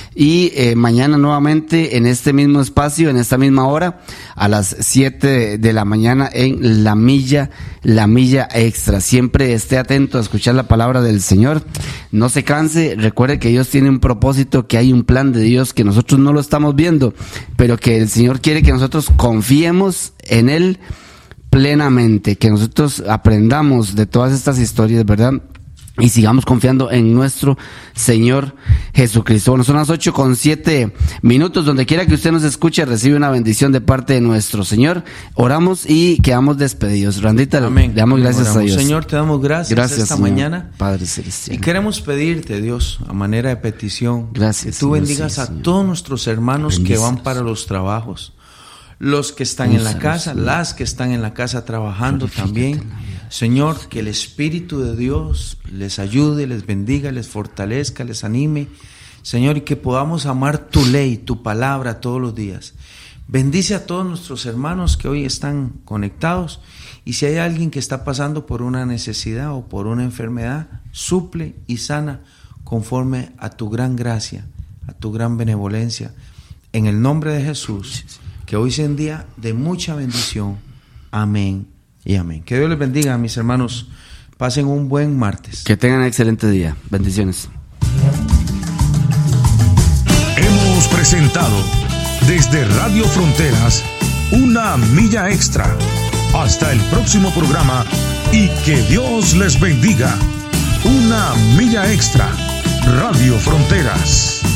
y eh, mañana nuevamente en este mismo espacio, en esta misma hora, a las siete de la mañana en La Milla, La Milla Extra. Siempre esté atento a escuchar la palabra del Señor, no se canse, recuerde que Dios tiene un propósito, que hay un plan de Dios que nosotros no lo estamos viendo, pero que el Señor quiere que nosotros confiemos en Él plenamente, que nosotros aprendamos de todas estas historias, ¿verdad? Y sigamos confiando en nuestro Señor Jesucristo. Bueno, son las ocho con siete minutos. Donde quiera que usted nos escuche, recibe una bendición de parte de nuestro Señor. Oramos y quedamos despedidos. Randita, Amén. le damos gracias Oramos. a Dios. Señor, te damos gracias, gracias esta Señor, mañana. Padre Celestial. Y queremos pedirte, Dios, a manera de petición, Gracias, que tú Señor, bendigas sí, a Señor. todos nuestros hermanos que Bendícelos. van para los trabajos, los que están en la Úsalos, casa, Señor. las que están en la casa trabajando Glorifícate también. en la vida. Señor, que el Espíritu de Dios les ayude, les bendiga, les fortalezca, les anime. Señor, y que podamos amar tu ley, tu palabra todos los días. Bendice a todos nuestros hermanos que hoy están conectados. Y si hay alguien que está pasando por una necesidad o por una enfermedad, suple y sana conforme a tu gran gracia, a tu gran benevolencia. En el nombre de Jesús, que hoy sea un día de mucha bendición. Amén y amén. Que Dios les bendiga, mis hermanos. Pasen un buen martes. Que tengan un excelente día. Bendiciones. Hemos presentado desde Radio Fronteras Una Milla Extra. Hasta el próximo programa y que Dios les bendiga. Una Milla Extra. Radio Fronteras.